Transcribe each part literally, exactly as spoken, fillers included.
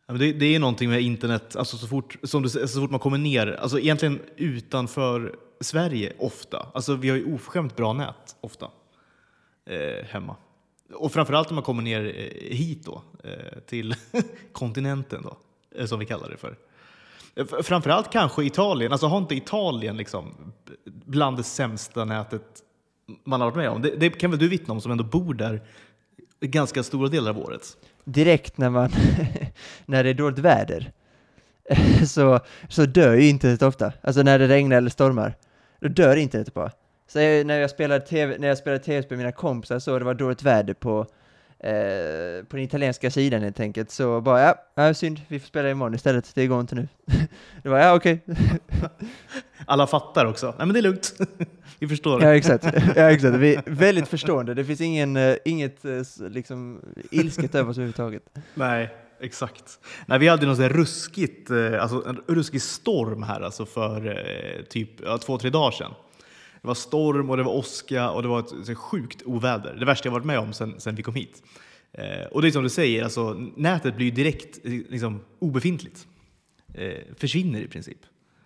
Ja, men det, det är någonting med internet, alltså så fort, som du, så fort man kommer ner, alltså egentligen utanför Sverige ofta. Alltså vi har ju oförskämt bra nät ofta eh, hemma. Och framförallt när man kommer ner eh, hit då, eh, till kontinenten då, eh, som vi kallar det för. Eh, framförallt kanske Italien, alltså har inte Italien liksom bland det sämsta nätet man har varit med om? Det, det kan väl du vittna om som ändå bor där ganska stora delar av året? Direkt när man när det är dåligt väder så, så dör ju internet ofta. Alltså när det regnar eller stormar, då dör internet bara. Så jag, när jag spelade tv, när jag spelade tv-spel med mina kompisar så det var dåligt väder på eh, på den italienska sidan helt enkelt. Så bara, ja, ja, synd, vi får spela imorgon istället, det går inte nu. Det var, ja okej. Okay. Alla fattar också. Nej men det är lugnt. Vi förstår. Ja exakt. Ja exakt. Vi är väldigt förstående. Det finns ingen uh, inget uh, liksom ilsket över oss överhuvudtaget. Nej, exakt. Nej, vi hade någon sån här ruskigt uh, alltså en ruskig storm här alltså för uh, typ ja, två tre dagar sedan. Det var storm och det var åska och det var ett så sjukt oväder. Det värsta jag varit med om sen sen vi kom hit. Uh, och det är som du säger, alltså nätet blir ju direkt liksom obefintligt. Uh, försvinner i princip.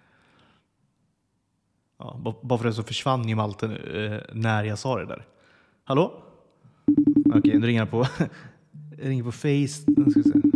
Ja, bara för det så försvann ju Malte nu, eh, när jag sa det där. Hallå? Okej, okay, nu ringer jag på ringer på Face. Nu ska vi se.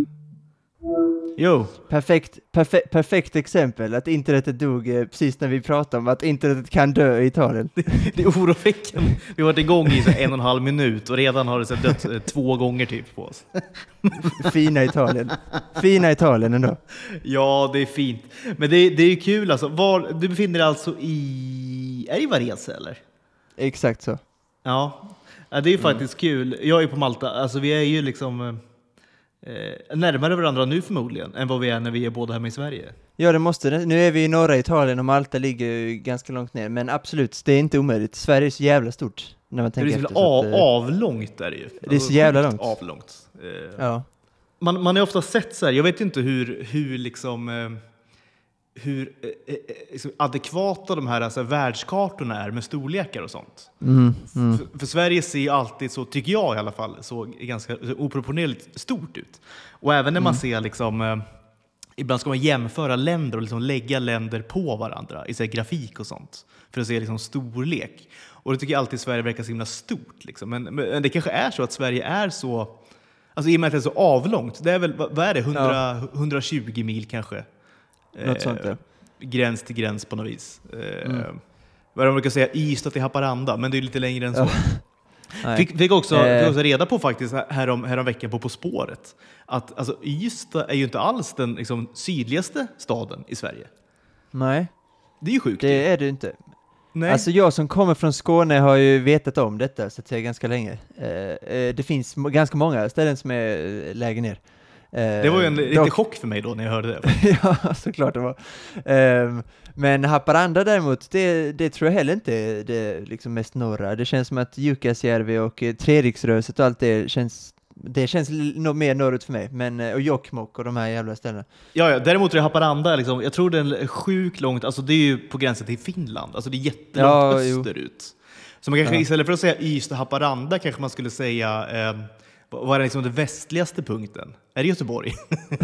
Jo. Perfekt, perfe- perfekt exempel att internetet dog eh, precis när vi pratade om att internetet kan dö i Italien. Det, det är oroväckande. Vi har varit igång i så en och en halv minut och redan har det så dött eh, två gånger typ på oss. Fina Italien. Fina Italien ändå. Ja, det är fint. Men det, det är ju kul alltså. Var, du befinner dig alltså i... Är det i Varese eller? Exakt så. Ja, ja det är ju faktiskt mm. kul. Jag är på Malta. Alltså vi är ju liksom... Eh, närmare varandra nu förmodligen än vad vi är när vi är båda hemma i Sverige. Ja, det måste det. Nu är vi i norra Italien och Malta ligger ju ganska långt ner. Men absolut, det är inte omöjligt. Sverige är så jävla stort när man tänker det är efter. Så att, av, avlångt är det ju. Det är så jävla långt. Avlångt. Eh, ja. man, man har ofta sett så här, jag vet inte hur, hur liksom... Eh, hur eh, liksom adekvata de här alltså, världskartorna är med storlekar och sånt. Mm, mm. För, för Sverige ser ju alltid så, tycker jag i alla fall, så ganska så oproportionerligt stort ut. Och även när man mm. ser liksom, eh, ibland ska man jämföra länder och liksom lägga länder på varandra i så här, grafik och sånt för att se liksom, storlek. Och det tycker jag alltid Sverige verkar så himla stort. Liksom. Men, men det kanske är så att Sverige är så, alltså i och med att det är så avlångt, det är väl, vad är det, hundra, ja. hundratjugo mil kanske? Något sånt, ja. Gräns till gräns på något vis. Mm. Vad de brukar säga, Ystad till Haparanda, men det är lite längre än så. Ja. Fick, fick, också, eh. fick också reda på faktiskt härom, härom veckan på På spåret att alltså, Ystad är ju inte alls den liksom, sydligaste staden i Sverige. Nej. Det är ju sjukt. Det är det inte. Nej. Alltså jag som kommer från Skåne har ju vetat om detta så att säga ganska länge. Eh, eh, det finns m- ganska många ställen som är eh, lägre ner. Det var ju en liten chock för mig då när jag hörde det. Ja, såklart det var. Um, men Haparanda däremot, det, det tror jag heller inte är det liksom mest norra. Det känns som att Jukkasjärvi och Treriksröset och allt det känns, det känns no, mer norrut för mig. Men, och Jokkmokk och de här jävla ställena. Ja, ja, däremot är det Haparanda, liksom, jag tror det är sjukt långt, alltså det är ju på gränsen till Finland. Alltså det är jättelångt ja, österut. Jo. Så man kanske ja. istället för att säga Ystad Haparanda kanske man skulle säga... Eh, vad är liksom den västligaste punkten? Är det Göteborg?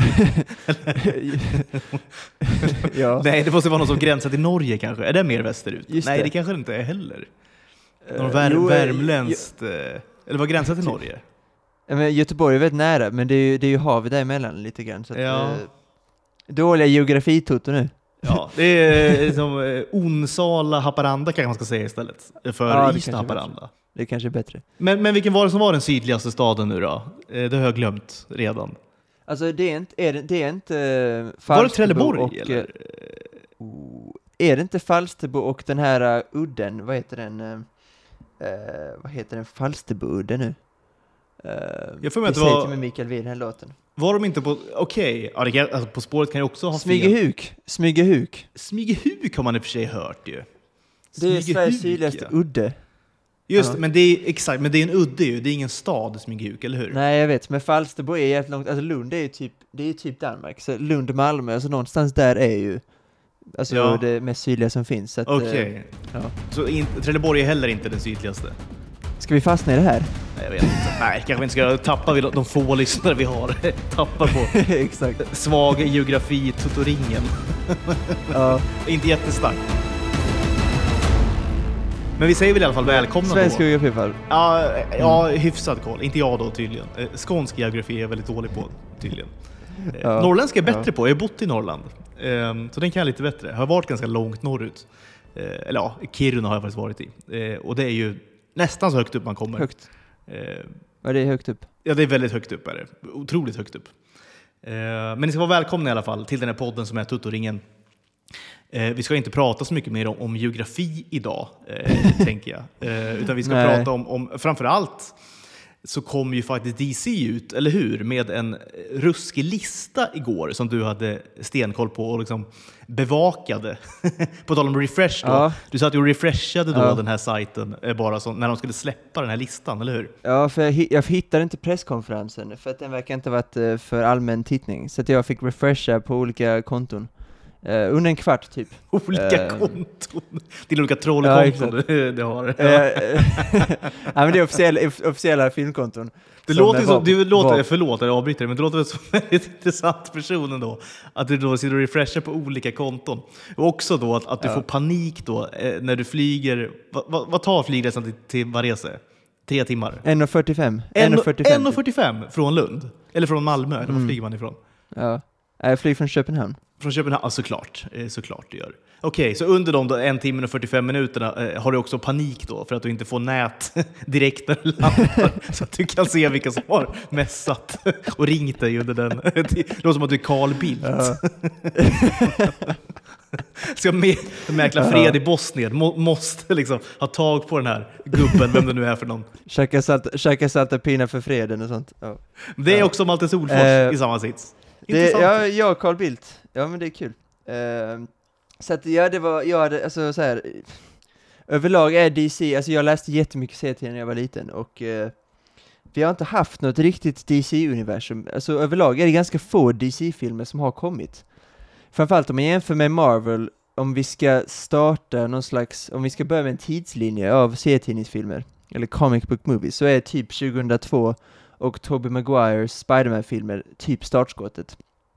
Ja. Nej, det måste vara något som gränsar till Norge kanske. Är det mer västerut? Just Nej, det. det kanske det inte är heller. Uh, Någon vär- jo, värmländskt... Jo. Eller vad gränsar till Norge? Ja, men Göteborg är väldigt nära, men det är ju, det är ju havet däremellan lite grann. Så att, ja. eh, dåliga geografitoto nu. Ja, det är som eh, Onsala Haparanda kanske man ska säga istället. För ja, Ystad Haparanda. Det är kanske är bättre. Men, men vilken var det som var den sydligaste staden nu då? Det har jag glömt redan. Alltså det är inte... Är det, det är inte uh, var det Trelleborg och, eller? Uh, är det inte Falsterbo och den här uh, udden? Vad heter den? Uh, vad heter den? Falsterbo-udden nu? Uh, jag får med det att det var... till med Mikael Wiehl, den här låten. Var de inte på... Okej, okay. ja, alltså På spåret kan ju också ha... Smygehuk. Smygehuk. Smygehuk har man i och för sig hört ju. Det är Sveriges sydligaste ja. udde. Just, ja. men det är exakt, men det är en udde ju, det är ingen stad Smygehuk, eller hur? Nej, jag vet, men Falsterbo är jävligt långt, alltså Lund är ju typ, det är ju typ Danmark, så Lund och Malmö, alltså någonstans där är ju alltså ja. det mest sydliga som finns. Okej, okay. ja. Så in, Trelleborg är heller inte den sydligaste? Ska vi fastna i det här? Nej, jag vet inte. Nej, kanske inte ska tappa vi de få lyssnare vi har. Tappa på Exakt. svag geografi, tutoringen. Ja. Inte jättestarkt. Men vi säger väl i alla fall välkomna Svensk då. geografi i alla fall. Ja, ja, hyfsad koll. Inte jag då tydligen. Eh, Skånsk geografi är jag väldigt dålig på tydligen. Eh, Ja. Norrländska är bättre Ja. på. Jag har bott i Norrland. Eh, så den kan jag lite bättre. Jag har varit ganska långt norrut. Eh, eller ja, Kiruna har jag faktiskt varit i. Eh, och det är ju nästan så högt upp man kommer. Högt. Eh, Ja, det är högt upp. ja, det är väldigt högt upp är det. Otroligt högt upp. Eh, men ni ska vara välkomna i alla fall till den här podden som är Tutoringen. Eh, vi ska inte prata så mycket mer om, om geografi idag, eh, tänker jag. Eh, utan vi ska Nej. prata om, om, framförallt så kom ju faktiskt D C ut, eller hur? Med en ruskig lista igår som du hade stenkoll på och liksom bevakade. På tal om refresh då. Ja. Du satt ju och refreshade då Ja. den här sajten eh, bara så, när de skulle släppa den här listan, eller hur? Ja, för jag, hi- jag hittade inte presskonferensen för att den verkar inte ha varit eh, för allmän tittning. Så att jag fick refresha på olika konton. Eh, under en kvart typ. Olika Eh. konton. Dina olika Ja, trollkonton exakt. du, du har. Eh, ja, men det är officiella, officiella filmkonton. Det Som låter ju var- som, du låter, var- förlåt jag avbryter dig, men det låter som en väldigt intressant person ändå. Att du då sitter och refreshar på olika konton. Och också då att, att du Ja. får panik då eh, när du flyger. Vad, vad, vad tar flygresan till, till Varese? Tre timmar? en och fyrtiofem. En- en och fyrtiofem. en och fyrtiofem från Lund? Eller från Malmö? Eller var Mm. flyger man ifrån? Ja. Nej, Jag flyger från Köpenhamn. Från Köpenhamn? Ja, såklart. Eh, såklart du gör. Okej, så under de då, en timme och fyrtiofem minuterna eh, har du också panik då för att du inte får nät direkt när du landar så att du kan se vilka som har mässat och ringt dig under den. Det låter som att du är Carl Bildt. Ja. Ska med, mäkla fred i Bosnien må, måste liksom ha tag på den här gubben, vem det nu är för någon. Käka salta, käka salta pinnar för freden och sånt. Ja. Det är Ja. också Malte Solfors Eh, i samma sits. Det, Intressant. ja, jag och Carl Bildt. Ja, men det är kul. Uh, så att, ja, det var, jag hade, alltså så här. Överlag är D C, alltså jag läste jättemycket serier när jag var liten och uh, vi har inte haft något riktigt D C-universum. Alltså överlag är det ganska få D C-filmer som har kommit. Framförallt om man jämför med Marvel, om vi ska starta någon slags, om vi ska börja med en tidslinje av serietidningsfilmer, eller comic book movies, så är typ tjugohundratvå och Tobey Maguires Spider-Man-filmer typ startskottet.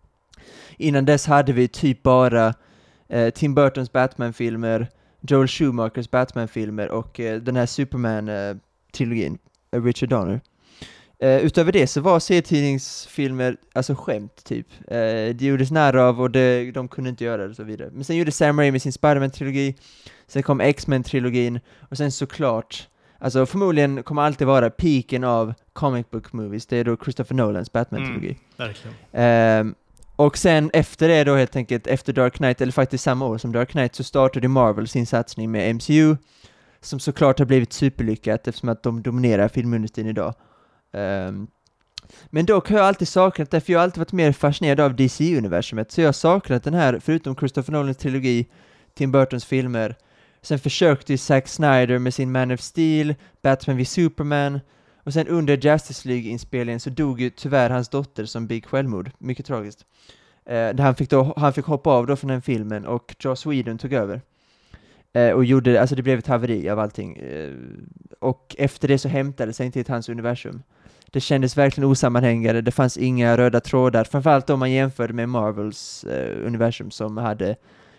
Innan dess hade vi typ bara eh, Tim Burtons Batman-filmer, Joel Schumachers Batman-filmer och eh, den här Superman-trilogin, eh, Richard Donner. Eh, utöver det så var serietidningsfilmer alltså skämt typ. Eh, det gjordes narr av och det, de kunde inte göra det och så vidare. Men sen gjorde Sam Raimi sin Spider-Man-trilogi, sen kom X-Men-trilogin och sen såklart, alltså förmodligen kommer alltid vara piken av comic book movies, det är då Christopher Nolans Batman-trilogi. Mm, verkligen. Ehm, och sen efter det då helt enkelt, efter Dark Knight, eller faktiskt samma år som Dark Knight, så startade Marvel sin satsning med M C U, som såklart har blivit superlyckat eftersom att de dominerar filmindustrin idag. Ehm, men dock har jag alltid saknat det, för jag har alltid varit mer fascinerad av D C-universumet, så jag har saknat den här, förutom Christopher Nolans trilogi, Tim Burtons filmer. Sen försökte ju Zack Snyder med sin Man of Steel, Batman v Superman, och sen under Justice League-inspelningen så dog ju tyvärr hans dotter som begick självmord. Mycket tragiskt. Eh, där han, fick då, han fick hoppa av då från den filmen och Joss Whedon tog över. Eh, och gjorde, alltså det blev ett haveri av allting. Eh, och efter det så hämtade sig inte till hans universum. Det kändes verkligen osammanhängande, det fanns inga röda trådar. Framförallt om man jämförde med Marvels eh, universum som hade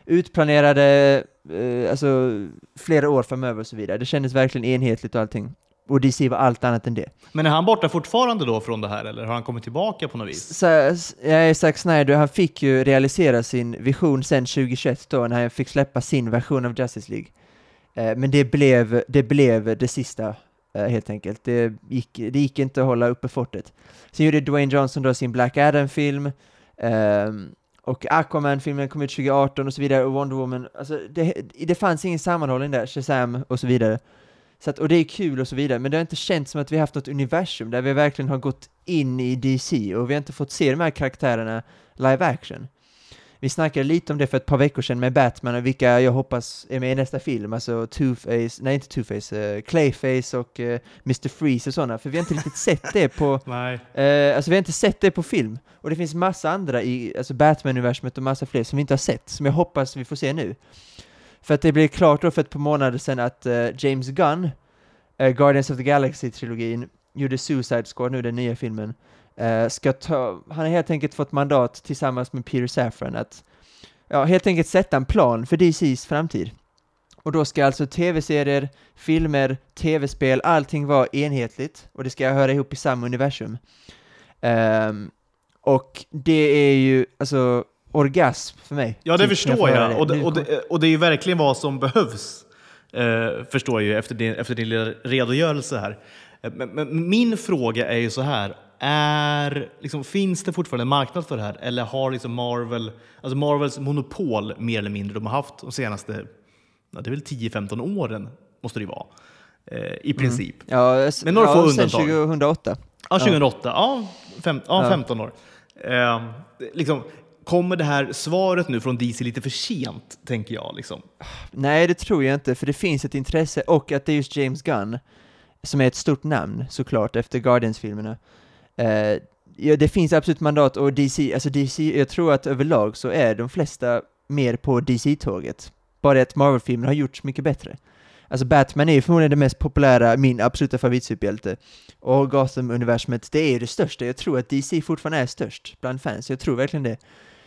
utplanerade eh, alltså flera år framöver och så vidare. Det kändes verkligen enhetligt och allting. Och D C var allt annat än det. Men är han borta fortfarande då från det här, eller har han kommit tillbaka på något vis? Så, ja, Zack Snyder, han fick ju realisera sin vision sen tjugohundratjugoett då, när han fick släppa sin version av Justice League. Eh, men det blev, det blev det sista, eh, helt enkelt. Det gick, det gick inte att hålla uppe fortet. Sen gjorde Dwayne Johnson då sin Black Adam-film, eh, och Aquaman-filmen kom ut tjugoarton och så vidare, och Wonder Woman. Alltså, det, det fanns ingen sammanhållning där, Shazam och så vidare. Så att, och det är kul och så vidare, men det har inte känts som att vi har haft något universum där vi verkligen har gått in i D C och vi har inte fått se de här karaktärerna live action. Vi snackade lite om det för ett par veckor sedan med Batman och vilka jag hoppas är med i nästa film, alltså Two-Face, nej inte Two-Face, uh, Clayface och uh, mister Freeze och sådana, för vi har inte riktigt sett det på Nej. uh, alltså vi har inte sett det på film, och det finns massa andra i alltså Batman-universumet och massa fler som vi inte har sett, som jag hoppas vi får se nu. För att det blev klart då för ett par månader sedan att uh, James Gunn, uh, Guardians of the Galaxy-trilogin, gjorde Suicide Squad nu, den nya filmen. Uh, ska ta, han har helt enkelt fått mandat tillsammans med Peter Safran att ja, helt enkelt sätta en plan för D C:s framtid. Och då ska alltså tv-serier, filmer, tv-spel, allting vara enhetligt. Och det ska höra ihop i samma universum. Um, och det är ju, alltså, orgasm för mig. Ja, det typ, förstår jag. jag. Och, det, och, det, och det är ju verkligen vad som behövs. Uh, förstår jag ju efter din, efter din lilla redogörelse här. Men, men min fråga är ju så här. Är, liksom, finns det fortfarande en marknad för det här? Eller har liksom Marvel, alltså Marvels monopol mer eller mindre de har haft de senaste, ja, det är väl tio femton åren måste det ju vara. Eh, I princip. Mm. Ja, men några ja, få undantag. tjugohundraåtta. Ja, tjugohundraåtta. Ja, fem, ja, femton år. Eh, liksom, kommer det här svaret nu från D C lite för sent, tänker jag liksom? Nej, det tror jag inte, för det finns ett intresse och att det är just James Gunn som är ett stort namn såklart efter Guardians-filmerna. Uh, ja, det finns absolut mandat och D C, alltså D C, jag tror att överlag så är de flesta mer på D C-tåget. Bara att Marvel-filmer har gjorts mycket bättre. Alltså Batman är ju förmodligen det mest populära, min absoluta favoritsuperhjälte. Och Gotham-universumet, det är det största. Jag tror att D C fortfarande är störst bland fans. Jag tror verkligen det.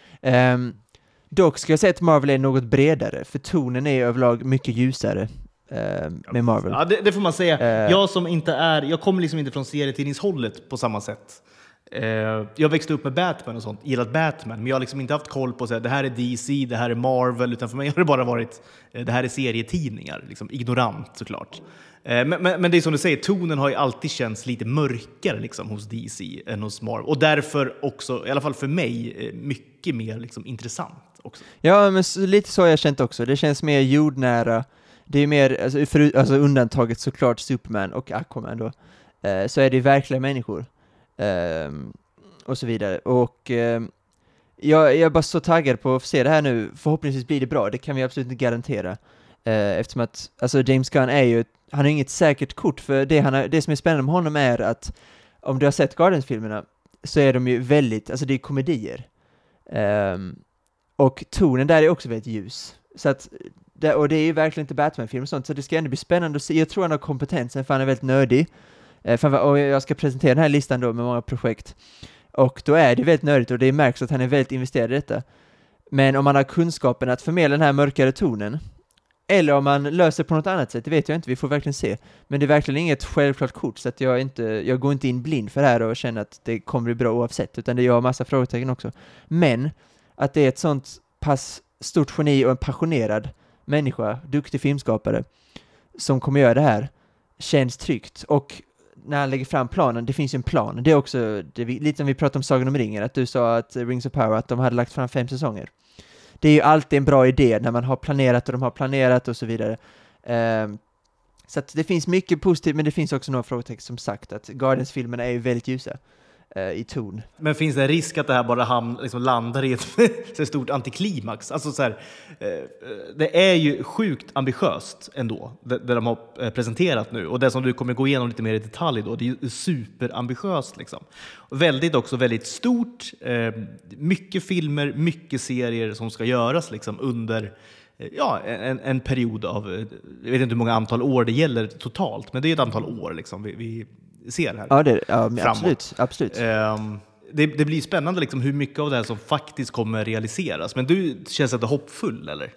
Um, dock ska jag säga att Marvel är något bredare, för tonen är överlag mycket ljusare. Uh, med Marvel. Ja, det, det får man säga. Uh, jag som inte är, jag kommer liksom inte från serietidningshållet på samma sätt. Uh, jag växte upp med Batman och sånt, gillat Batman, men jag har liksom inte haft koll på att det här är D C, det här är Marvel, utan för mig har det bara varit uh, det här är serietidningar, liksom ignorant såklart. Uh, men, men, men det är som du säger, tonen har ju alltid känts lite mörkare liksom hos D C än hos Marvel, och därför också, i alla fall för mig, uh, mycket mer liksom intressant också. Ja, men så, lite så har jag känt också. Det känns mer jordnära. Det är mer, alltså, för, alltså undantaget såklart Superman och Aquaman då, eh, så är det verkliga människor eh, och så vidare. Och eh, jag, jag är bara så taggad på att se det här nu. Förhoppningsvis blir det bra, det kan vi absolut inte garantera. Eh, eftersom att, alltså James Gunn är ju, han har inget säkert kort, för det, han har, det som är spännande med honom är att om du har sett Guardians-filmerna så är de ju väldigt, alltså det är komedier. Eh, och tonen där är också väldigt ljus. Så att Det, och det är ju verkligen inte Batman-film och sånt, så det ska ändå bli spännande att se. Jag tror han har kompetensen, för han är väldigt nördig. Eh, för, och jag ska presentera den här listan då med många projekt. Och då är det väldigt nördigt, och det märks att han är väldigt investerad i detta. Men om man har kunskapen att förmedla den här mörkare tonen, eller om man löser på något annat sätt, det vet jag inte, vi får verkligen se. Men det är verkligen inget självklart kort, så att jag, inte, jag går inte in blind för det här och känner att det kommer bli bra oavsett, utan det gör massa frågetecken också. Men att det är ett sånt pass stort geni och en passionerad människa, duktig filmskapare som kommer göra det här, känns tryggt. Och när han lägger fram planen, det finns ju en plan, det är också det är lite som vi pratade om Sagan om ringen, att du sa att Rings of Power, att de hade lagt fram fem säsonger. Det är ju alltid en bra idé när man har planerat och de har planerat och så vidare. Um, så att det finns mycket positivt, men det finns också några frågetecken, som sagt, att Guardians-filmerna är ju väldigt ljusa i ton. Men finns det en risk att det här bara ham, liksom landar i ett så stort antiklimax? Alltså så här, det är ju sjukt ambitiöst ändå, det, det de har presenterat nu. Och det som du kommer gå igenom lite mer i detalj då, det är ju superambitiöst liksom. Och väldigt också väldigt stort, mycket filmer, mycket serier som ska göras liksom under ja, en, en period av, jag vet inte hur många antal år det gäller totalt, men det är ett antal år liksom vi, vi ser här. Ja, det, ja absolut, absolut. Um, det, det blir spännande liksom hur mycket av det här som faktiskt kommer realiseras. Men du känns att du är hoppfull, eller?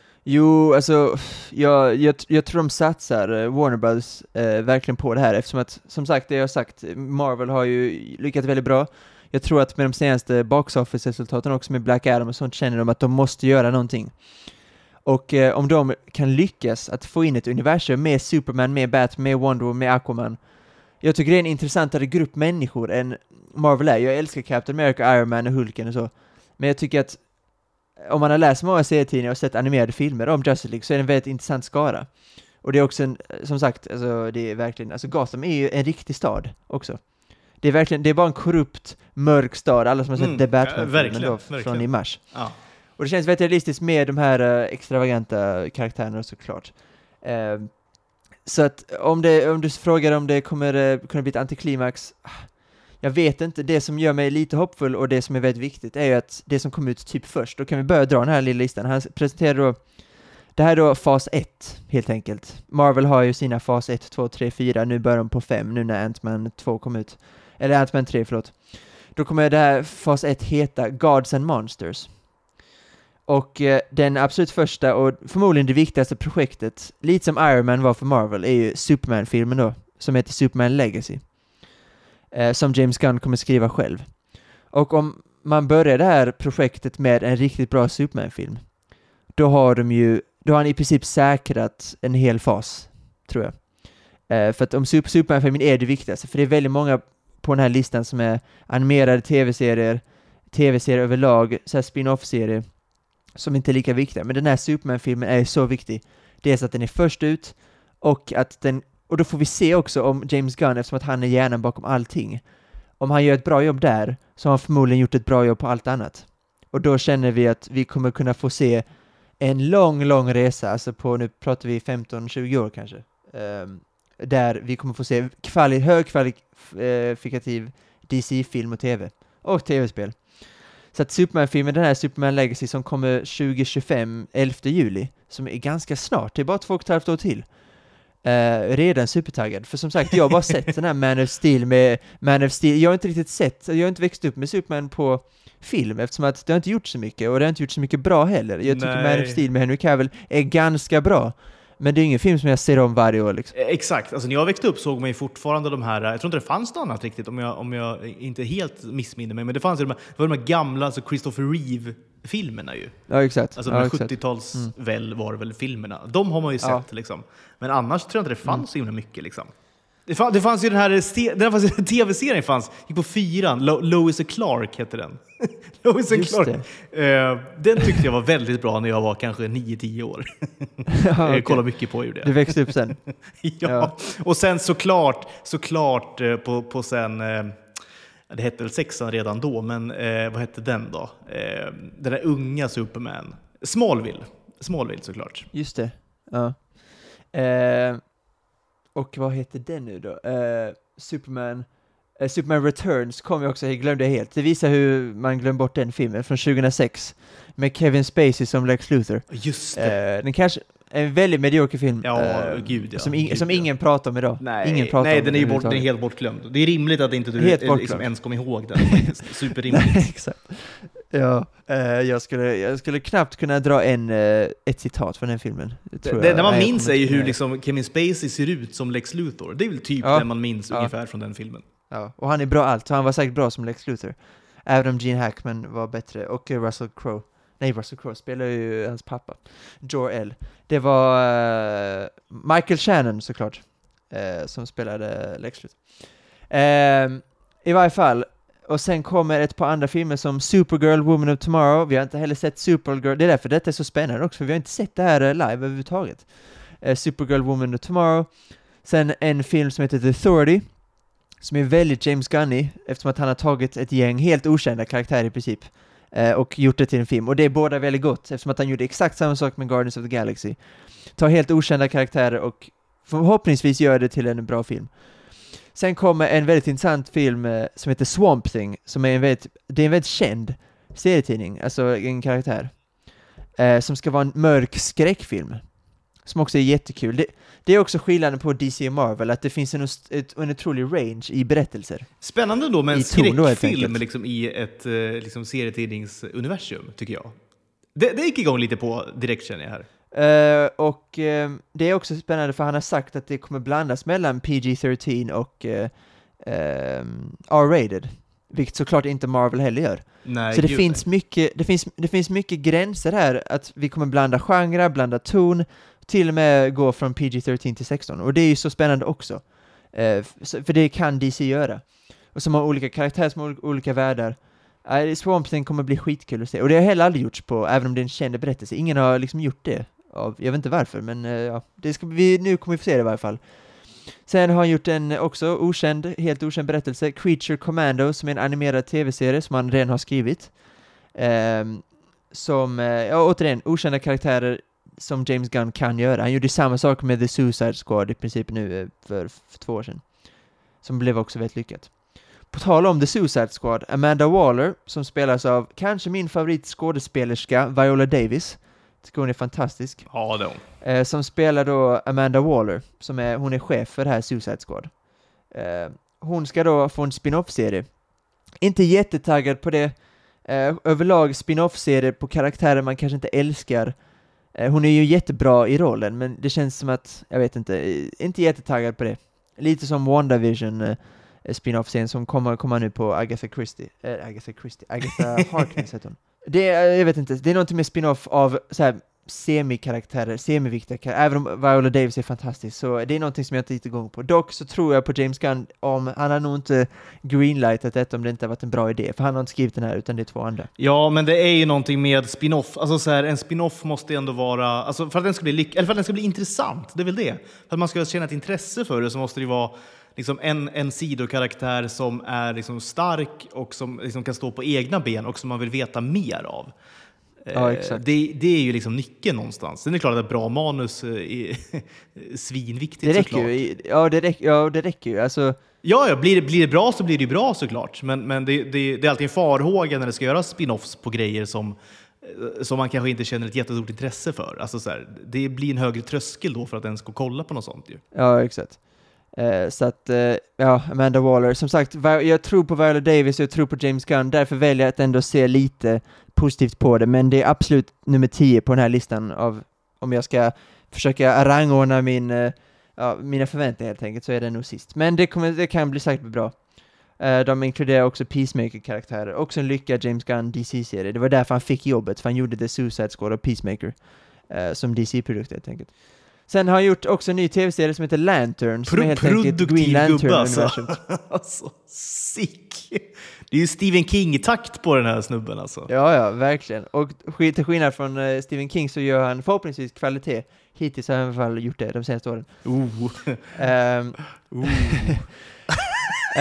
Jo, alltså jag, jag, jag tror de satsar eh, Warner Brothers eh, verkligen på det här, eftersom att, som sagt, det jag har sagt, Marvel har ju lyckats väldigt bra. Jag tror att med de senaste box office-resultaten också med Black Adam och sånt, känner de att de måste göra någonting. Och eh, om de kan lyckas att få in ett universum med Superman, med Batman, med Wonder Woman, med Aquaman. Jag tycker det är en intressantare grupp människor än Marvel är. Jag älskar Captain America, Iron Man och Hulken och så. Men jag tycker att om man har läst många serietidningar och sett animerade filmer om Justice League, så är det en väldigt intressant skara. Och det är också en, som sagt, alltså det är verkligen, alltså Gotham är ju en riktig stad också. Det är verkligen, det är bara en korrupt, mörk stad. Alla som har sett mm, The Batman-filmen ja, då, från i mars. Ja. Och det känns väldigt realistiskt med de här uh, extravaganta karaktärerna såklart. Uh, så att om, det, om du frågar om det kommer uh, kunna bli ett antiklimax, jag vet inte. Det som gör mig lite hoppfull och det som är väldigt viktigt är ju att det som kom ut typ först, då kan vi börja dra den här lilla listan. Han presenterade då Det här är då fas ett, helt enkelt. Marvel har ju sina fas ett, två, tre, fyra. Nu börjar de på fem, nu när Ant-Man två kom ut. Eller Ant-Man tre, förlåt. Då kommer det här fas ett heta Gods and Monsters. Och eh, den absolut första och förmodligen det viktigaste projektet, lite som Iron Man var för Marvel, är ju Superman-filmen då, som heter Superman Legacy. Eh, som James Gunn kommer skriva själv. Och om man börjar det här projektet med en riktigt bra Superman-film, då har de ju, då har han i princip säkrat en hel fas, tror jag. Eh, för att om Super- Superman-filmen är det viktigaste, för det är väldigt många på den här listan som är animerade tv-serier, tv-serier överlag, så här spin-off-serier, som inte är lika viktiga. Men den här Superman-filmen är så viktig. Dels att den är först ut, och att den, och då får vi se också om James Gunn, eftersom att han är hjärnan bakom allting. Om han gör ett bra jobb där, så har han förmodligen gjort ett bra jobb på allt annat. Och då känner vi att vi kommer kunna få se en lång, lång resa, alltså på, nu pratar vi femton tjugo år kanske, um, där vi kommer få se kvali- högkvalitativ D C-film och tv. Och tv-spel. Så att Superman-filmen, den här Superman Legacy som kommer tjugo tjugofem, elfte juli, som är ganska snart, det är bara två och ett halvt år till. Uh, redan supertaggad. För som sagt, jag har bara sett den här Man of Steel med Man of Steel. Jag har inte riktigt sett, jag har inte växt upp med Superman på film, eftersom att det har inte gjort så mycket, och det har inte gjort så mycket bra heller. Jag tycker Nej. Man of Steel med Henry Cavill är ganska bra. Men det är ingen film som jag ser om varje år liksom. Exakt, alltså när jag växte upp såg man ju fortfarande de här, jag tror inte det fanns något annat riktigt om jag, om jag inte helt missminner mig, men det fanns ju de här, det var de här gamla, alltså Christopher Reeve-filmerna ju. Ja, exakt. Alltså de ja, här exakt. sjuttio-tals Mm. väl var det väl filmerna. De har man ju sett Ja. liksom. Men annars tror jag inte det fanns mm. så himla mycket liksom. Det fanns, det fanns ju den här ste- den fanns, tv-serien fanns, gick på fyran, Lo- Lois och Clark hette den. Lois och Just Clark. Uh, den tyckte jag var väldigt bra när jag var kanske nio tio år. Ja, okay. Jag kollade mycket på det. Du växte upp sen. ja. Ja. Och sen såklart, såklart uh, på, på sen, uh, det hette väl sexan redan då, men uh, vad hette den då? Uh, den där unga Superman. Smallville. Smallville såklart. Just det. Ja. Uh, och vad heter den nu då? Uh, Superman... Uh, Superman Returns kom jag också, jag glömde helt. Det visar hur man glömde bort den filmen från tjugohundrasex med Kevin Spacey som Lex Luthor. Just det. Uh, den kanske är en väldigt medioker film. Ja, uh, gud ja. Som, in, gud, som ja. ingen pratar om idag. Nej, ingen pratar nej om den, är ju bort, den är helt bortglömd. Det är rimligt att inte du liksom ens kom ihåg den. Superrimligt. Nej, exakt. Ja, uh, jag, skulle, jag skulle knappt kunna dra en, uh, ett citat från den filmen. Det, det, jag, det man nej, minns är ju hur liksom Kevin Spacey ser ut som Lex Luthor. Det är väl typ ja. det man minns ja. ungefär från den filmen. Ja, och han är bra allt. Han var säkert bra som Lex Luthor. Även om Gene Hackman var bättre. Och Russell Crowe. Nej, Russell Crowe spelar ju hans pappa. Jor-El. Det var uh, Michael Shannon såklart. Uh, som spelade Lex Luthor. Uh, I varje fall. Och sen kommer ett par andra filmer som Supergirl, Woman of Tomorrow. Vi har inte heller sett Supergirl. Det är därför detta är så spännande också. För vi har inte sett det här uh, live överhuvudtaget. Uh, Supergirl, Woman of Tomorrow. Sen en film som heter The Authority. Som är väldigt James Gunny, eftersom att han har tagit ett gäng helt okända karaktärer i princip eh, och gjort det till en film. Och det är båda väldigt gott, eftersom att han gjorde exakt samma sak med Guardians of the Galaxy. Tar helt okända karaktärer och förhoppningsvis gör det till en bra film. Sen kommer en väldigt intressant film eh, som heter Swamp Thing, som är en väldigt, det är en väldigt känd serietidning, alltså en karaktär, eh, som ska vara en mörk skräckfilm. Som också är jättekul. Det, det är också skillnaden på D C och Marvel, att det finns en, ett, en otrolig range i berättelser. Spännande då med en I skräckfilm liksom, i ett liksom, serietidningsuniversum, tycker jag. Det, det gick igång lite på direkt, känner jag här. Uh, och uh, det är också spännande för han har sagt att det kommer blandas mellan P G tretton och uh, um, R-rated. Vilket såklart inte Marvel heller gör. Nej, så det gud, finns, nej. mycket, det, finns, det finns mycket gränser här. Att vi kommer blanda genre, blanda ton. Till och med gå från P G tretton till sexton. Och det är ju så spännande också. Uh, för det kan D C göra. Och som har olika karaktärer, som har olika världar. Uh, Swamp Thing kommer bli skitkul att se. Och det har heller aldrig gjorts på, även om det är en känd berättelse. Ingen har liksom gjort det. Av, jag vet inte varför, men uh, ja, det ska vi, nu kommer vi få se det i varje fall. Sen har han gjort en också okänd, helt okänd berättelse. Creature Commando, som är en animerad tv-serie som han redan har skrivit. Um, som, uh, ja återigen, okända karaktärer som James Gunn kan göra. Han gjorde samma sak med The Suicide Squad i princip nu för, för två år sedan. Som blev också väldigt lyckat. På tal om The Suicide Squad, Amanda Waller, som spelas av kanske min favorit skådespelerska, Viola Davis, Tycker hon är fantastisk. Ja, det är hon. Eh, som spelar då Amanda Waller, som är, hon är chef för det här Suicide Squad. Eh, hon ska då få en spin-off-serie. Inte jättetaggad på det. Eh, överlag spin-off-serie på karaktärer man kanske inte älskar. Eh, hon är ju jättebra i rollen, men det känns som att, jag vet inte, inte jättetaggad på det. Lite som WandaVision eh, spin-off-serien som kommer komma nu på Agatha Christie. Eh, Agatha Christie. Agatha Harkness heter hon. Det är, jag vet inte, det är något med spin-off av så här semikaraktärer, semiviktiga karaktärer. Även om Viola Davis är fantastisk, så det är någonting som jag inte riktigt igång på. Dock så tror jag på James Gunn, om han har nog inte greenlightat detta om det inte har varit en bra idé, för han har inte skrivit den här utan det är två andra. Ja, men det är ju någonting med spin-off. Alltså så här, en spin-off måste ändå vara, alltså för att den ska bli lyck- eller för att den ska bli intressant, det är väl det. För att man ska känna ett intresse för det så måste det ju vara liksom en, en sidokaraktär som är liksom stark och som liksom kan stå på egna ben och som man vill veta mer av. Ja, exakt. Det, det är ju liksom nyckeln någonstans. Sen är det klart att ett bra manus är svinviktigt Det räcker såklart. ju, ja det, räcker, ja det räcker ju, alltså... Ja, ja blir, det, blir det bra så blir det bra såklart. Men, men det, det, det är alltid en farhåga när det ska göras spin-offs på grejer som, som man kanske inte känner ett jättestort intresse för. Alltså så här, det blir en högre tröskel då för att den ska kolla på något sånt ju. Ja, exakt. Eh, så att, eh, ja, Amanda Waller. Som sagt, jag tror på Viola Davis och jag tror på James Gunn. Därför väljer jag att ändå se lite positivt på det. Men det är absolut nummer tio på den här listan av, om jag ska försöka rangordna min, eh, ja, mina förväntningar helt enkelt, så är det nog sist. Men det, kommer, det kan bli säkert bra. Eh, de inkluderar också Peacemaker-karaktärer. Också en lyckad James Gunn D C-serie. Det var därför han fick jobbet, för han gjorde The Suicide Squad och Peacemaker eh, som D C-produkt helt enkelt. Sen har han gjort också en ny tv-serie som heter Lantern, som Pro- är helt enkelt Green Lantern-universum. Alltså, sick! Det är ju Stephen King-takt på den här snubben alltså. Ja, ja, verkligen. Och till skillnad från uh, Stephen King så gör han förhoppningsvis kvalitet. Hittills har han i alla fall gjort det de senaste åren. Oh. Um, oh. uh,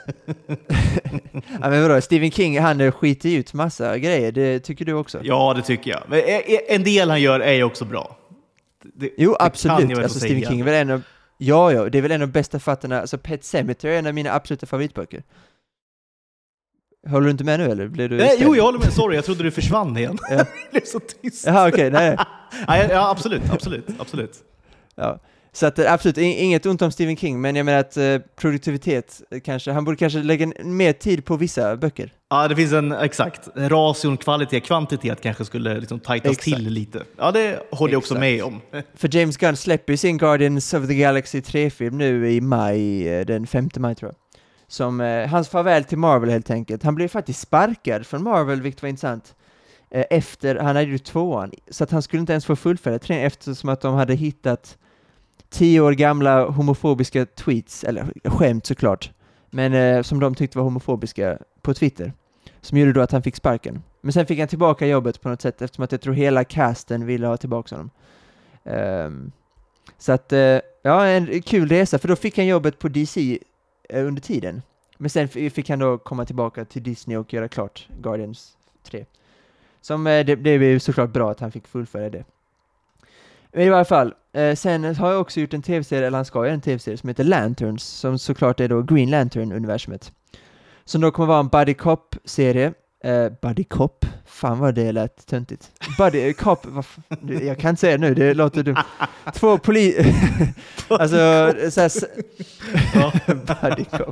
ja, men vadå, Stephen King, han skiter ut massa grejer. Det tycker du också? Ja, det tycker jag. Men en del han gör är ju också bra. Det, jo, det absolut. Alltså, Stephen King är väl en av, ja, ja, det är väl en av bästa fattarna. Alltså, Pet Sematary är en av mina absoluta favoritböcker. Håller du inte med nu eller? Blir du nej, jo, jag håller med. Sorry, jag trodde du försvann igen. Ja. Det blev så tyst. Jaha, okej, okay, nej. ja, ja, absolut, absolut, absolut. Ja. Så att, absolut, inget ont om Stephen King, men jag menar att eh, produktivitet kanske, han borde kanske lägga mer tid på vissa böcker. Ja, det finns en, exakt, ration, kvalitet, kvantitet kanske skulle liksom tajtas exakt. till lite. Ja, det håller exakt. jag också med om. För James Gunn släpper sin Guardians of the Galaxy tre-film nu i maj, den femte maj tror jag. Som eh, hans farväl till Marvel helt enkelt. Han blev faktiskt sparkad från Marvel, vilket var intressant. Eh, efter, han hade ju tvåan, så att han skulle inte ens få fullfölja tre eftersom att de hade hittat tio år gamla homofobiska tweets, eller skämt såklart, men eh, som de tyckte var homofobiska på Twitter, som gjorde då att han fick sparken. Men sen fick han tillbaka jobbet på något sätt, eftersom att jag tror hela casten ville ha tillbaka honom. Um, så att, uh, ja, en kul resa, för då fick han jobbet på D C uh, under tiden. Men sen fick han då komma tillbaka till Disney och göra klart Guardians tre. Som uh, det, det blev såklart bra att han fick fullfölja det. Men i varje fall, eh, sen har jag också gjort en tv-serie, eller han ska göra en tv-serie som heter Lanterns, som såklart är då Green Lantern-universumet. Som då kommer vara en Buddy Cop-serie. Eh, Buddy Cop? Fan vad det lät töntigt. Buddy Cop, vad f- jag kan inte säga det nu, det låter dumt. Två polis... alltså, såhär... ja. Buddy Cop.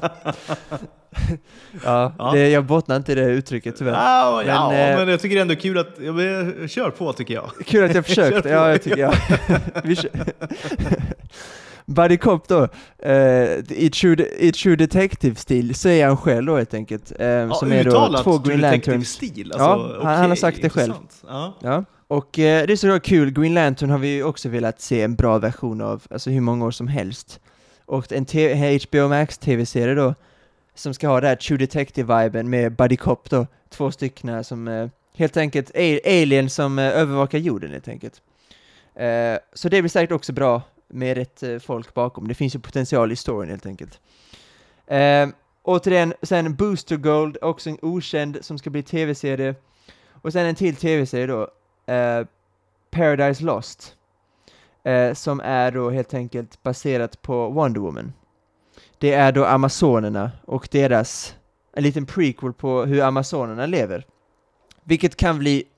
ja, ja. Det, jag bottnar inte i det uttrycket tyvärr. Ja, men, ja, eh, men jag tycker det är ändå kul att... Ja, men, kör på tycker jag. Kul att jag försökte, ja jag tycker jag. Vi kör. Buddy Cop då, uh, i, true, i True Detective-stil så är han själv då helt enkelt. Uh, ja, som är då två Green Lanterns. Stil, alltså, ja, okay, han, han har sagt det själv. Ja. Ja. Och uh, det är så kul, Green Lantern har vi ju också velat se en bra version av, alltså hur många år som helst. Och en t- H B O Max tv-serie då, som ska ha det här True Detective-viben med Buddy Cop då, två stycken som uh, helt enkelt a- alien som uh, övervakar jorden helt enkelt. Uh, så det blir säkert också bra med rätt uh, folk bakom. Det finns ju potential i storyn helt enkelt. Uh, återigen, sen Booster Gold, också en okänd som ska bli tv-serie. Och sen en till tv-serie då, uh, Paradise Lost. Uh, som är då helt enkelt baserat på Wonder Woman. Det är då Amazonerna och deras, en liten prequel på hur Amazonerna lever. Vilket kan bli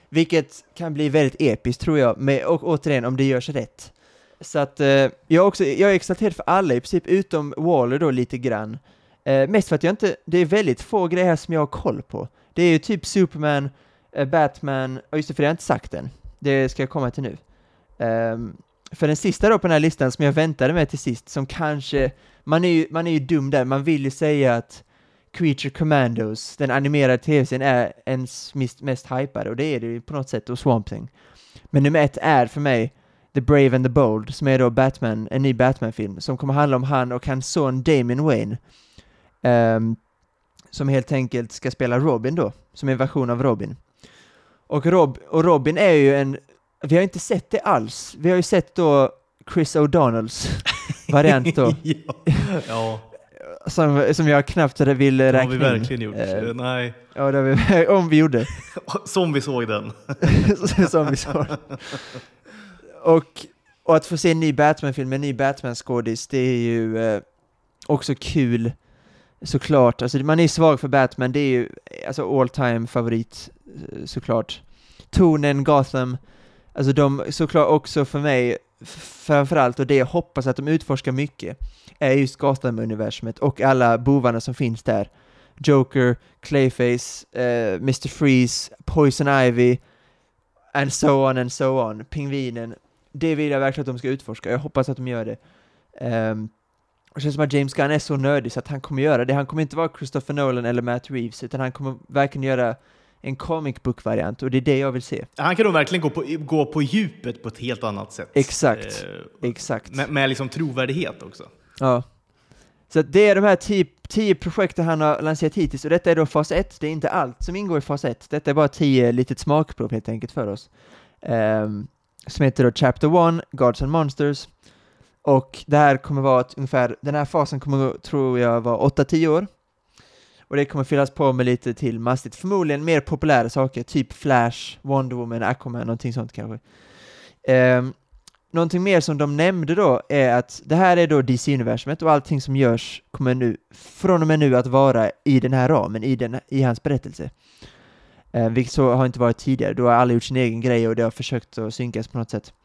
Vilket kan bli väldigt episkt tror jag, med, och återigen om det görs rätt. Så att eh, jag, också, jag är exalterad för alla i princip, utom Waller då lite grann. Eh, mest för att jag inte, det är väldigt få grejer som jag har koll på. Det är ju typ Superman, eh, Batman, och just det, för det har jag inte sagt än. Det ska jag komma till nu. Um, för den sista då på den här listan som jag väntade med till sist, som kanske, man är ju, man är ju dum där, man vill ju säga att Creature Commandos, den animerade tv-serien, är ens mest, mest hypade, och det är det ju på något sätt, och Swamp Thing. Men nummer ett är för mig The Brave and the Bold, som är då Batman, en ny Batman-film, som kommer handla om han och hans son Damian Wayne, um, som helt enkelt ska spela Robin då, som är en version av Robin. Och, Rob, och Robin är ju en, vi har inte sett det alls, vi har ju sett då Chris O'Donnells variant då. ja. ja. Som, som jag knappt vill räkna in. Det har vi verkligen gjort. Uh, Nej. Ja, det har vi, om vi gjorde. Som vi såg den. som vi såg. Och, och att få se en ny Batman-film, en ny Batman-skådis, det är ju eh, också kul, såklart. Alltså, man är svag för Batman, det är ju alltså all-time favorit, såklart. Tonen, Gotham, alltså de, såklart också för mig, framförallt, och det jag hoppas att de utforskar mycket, är just Gotham-universumet och alla bovarna som finns där. Joker, Clayface, uh, mister Freeze, Poison Ivy, and so on and so on. Pingvinen. Det vill jag verkligen att de ska utforska. Jag hoppas att de gör det. Um, det känns som att James Gunn är så nördig så att han kommer göra det. Han kommer inte vara Christopher Nolan eller Matt Reeves, utan han kommer verkligen göra en comic book-variant, och det är det jag vill se. Han kan nog verkligen gå på, gå på djupet på ett helt annat sätt. Exakt. Eh, Exakt. Med, med liksom trovärdighet också. Ja. Så att det är de här tio, tio projekten han har lanserat hittills, och detta är då fas ett. Det är inte allt som ingår i fas ett. Detta är bara tio litet smakprov helt enkelt för oss. Um, som heter då Chapter ett, Gods and Monsters. Och det här kommer vara ett, ungefär, den här fasen kommer, tror jag, vara åtta till tio år. Och det kommer fyllas på med lite till massigt. Förmodligen mer populära saker, typ Flash, Wonder Woman, Aquaman, någonting sånt kanske. Um, någonting mer som de nämnde då är att det här är då D C-universumet, och allting som görs kommer nu, från och med nu, att vara i den här ramen, i, den, i hans berättelse. Uh, vilket så har inte varit tidigare. Då har alla gjort sin egen grej och det har försökt att synkas på något sätt.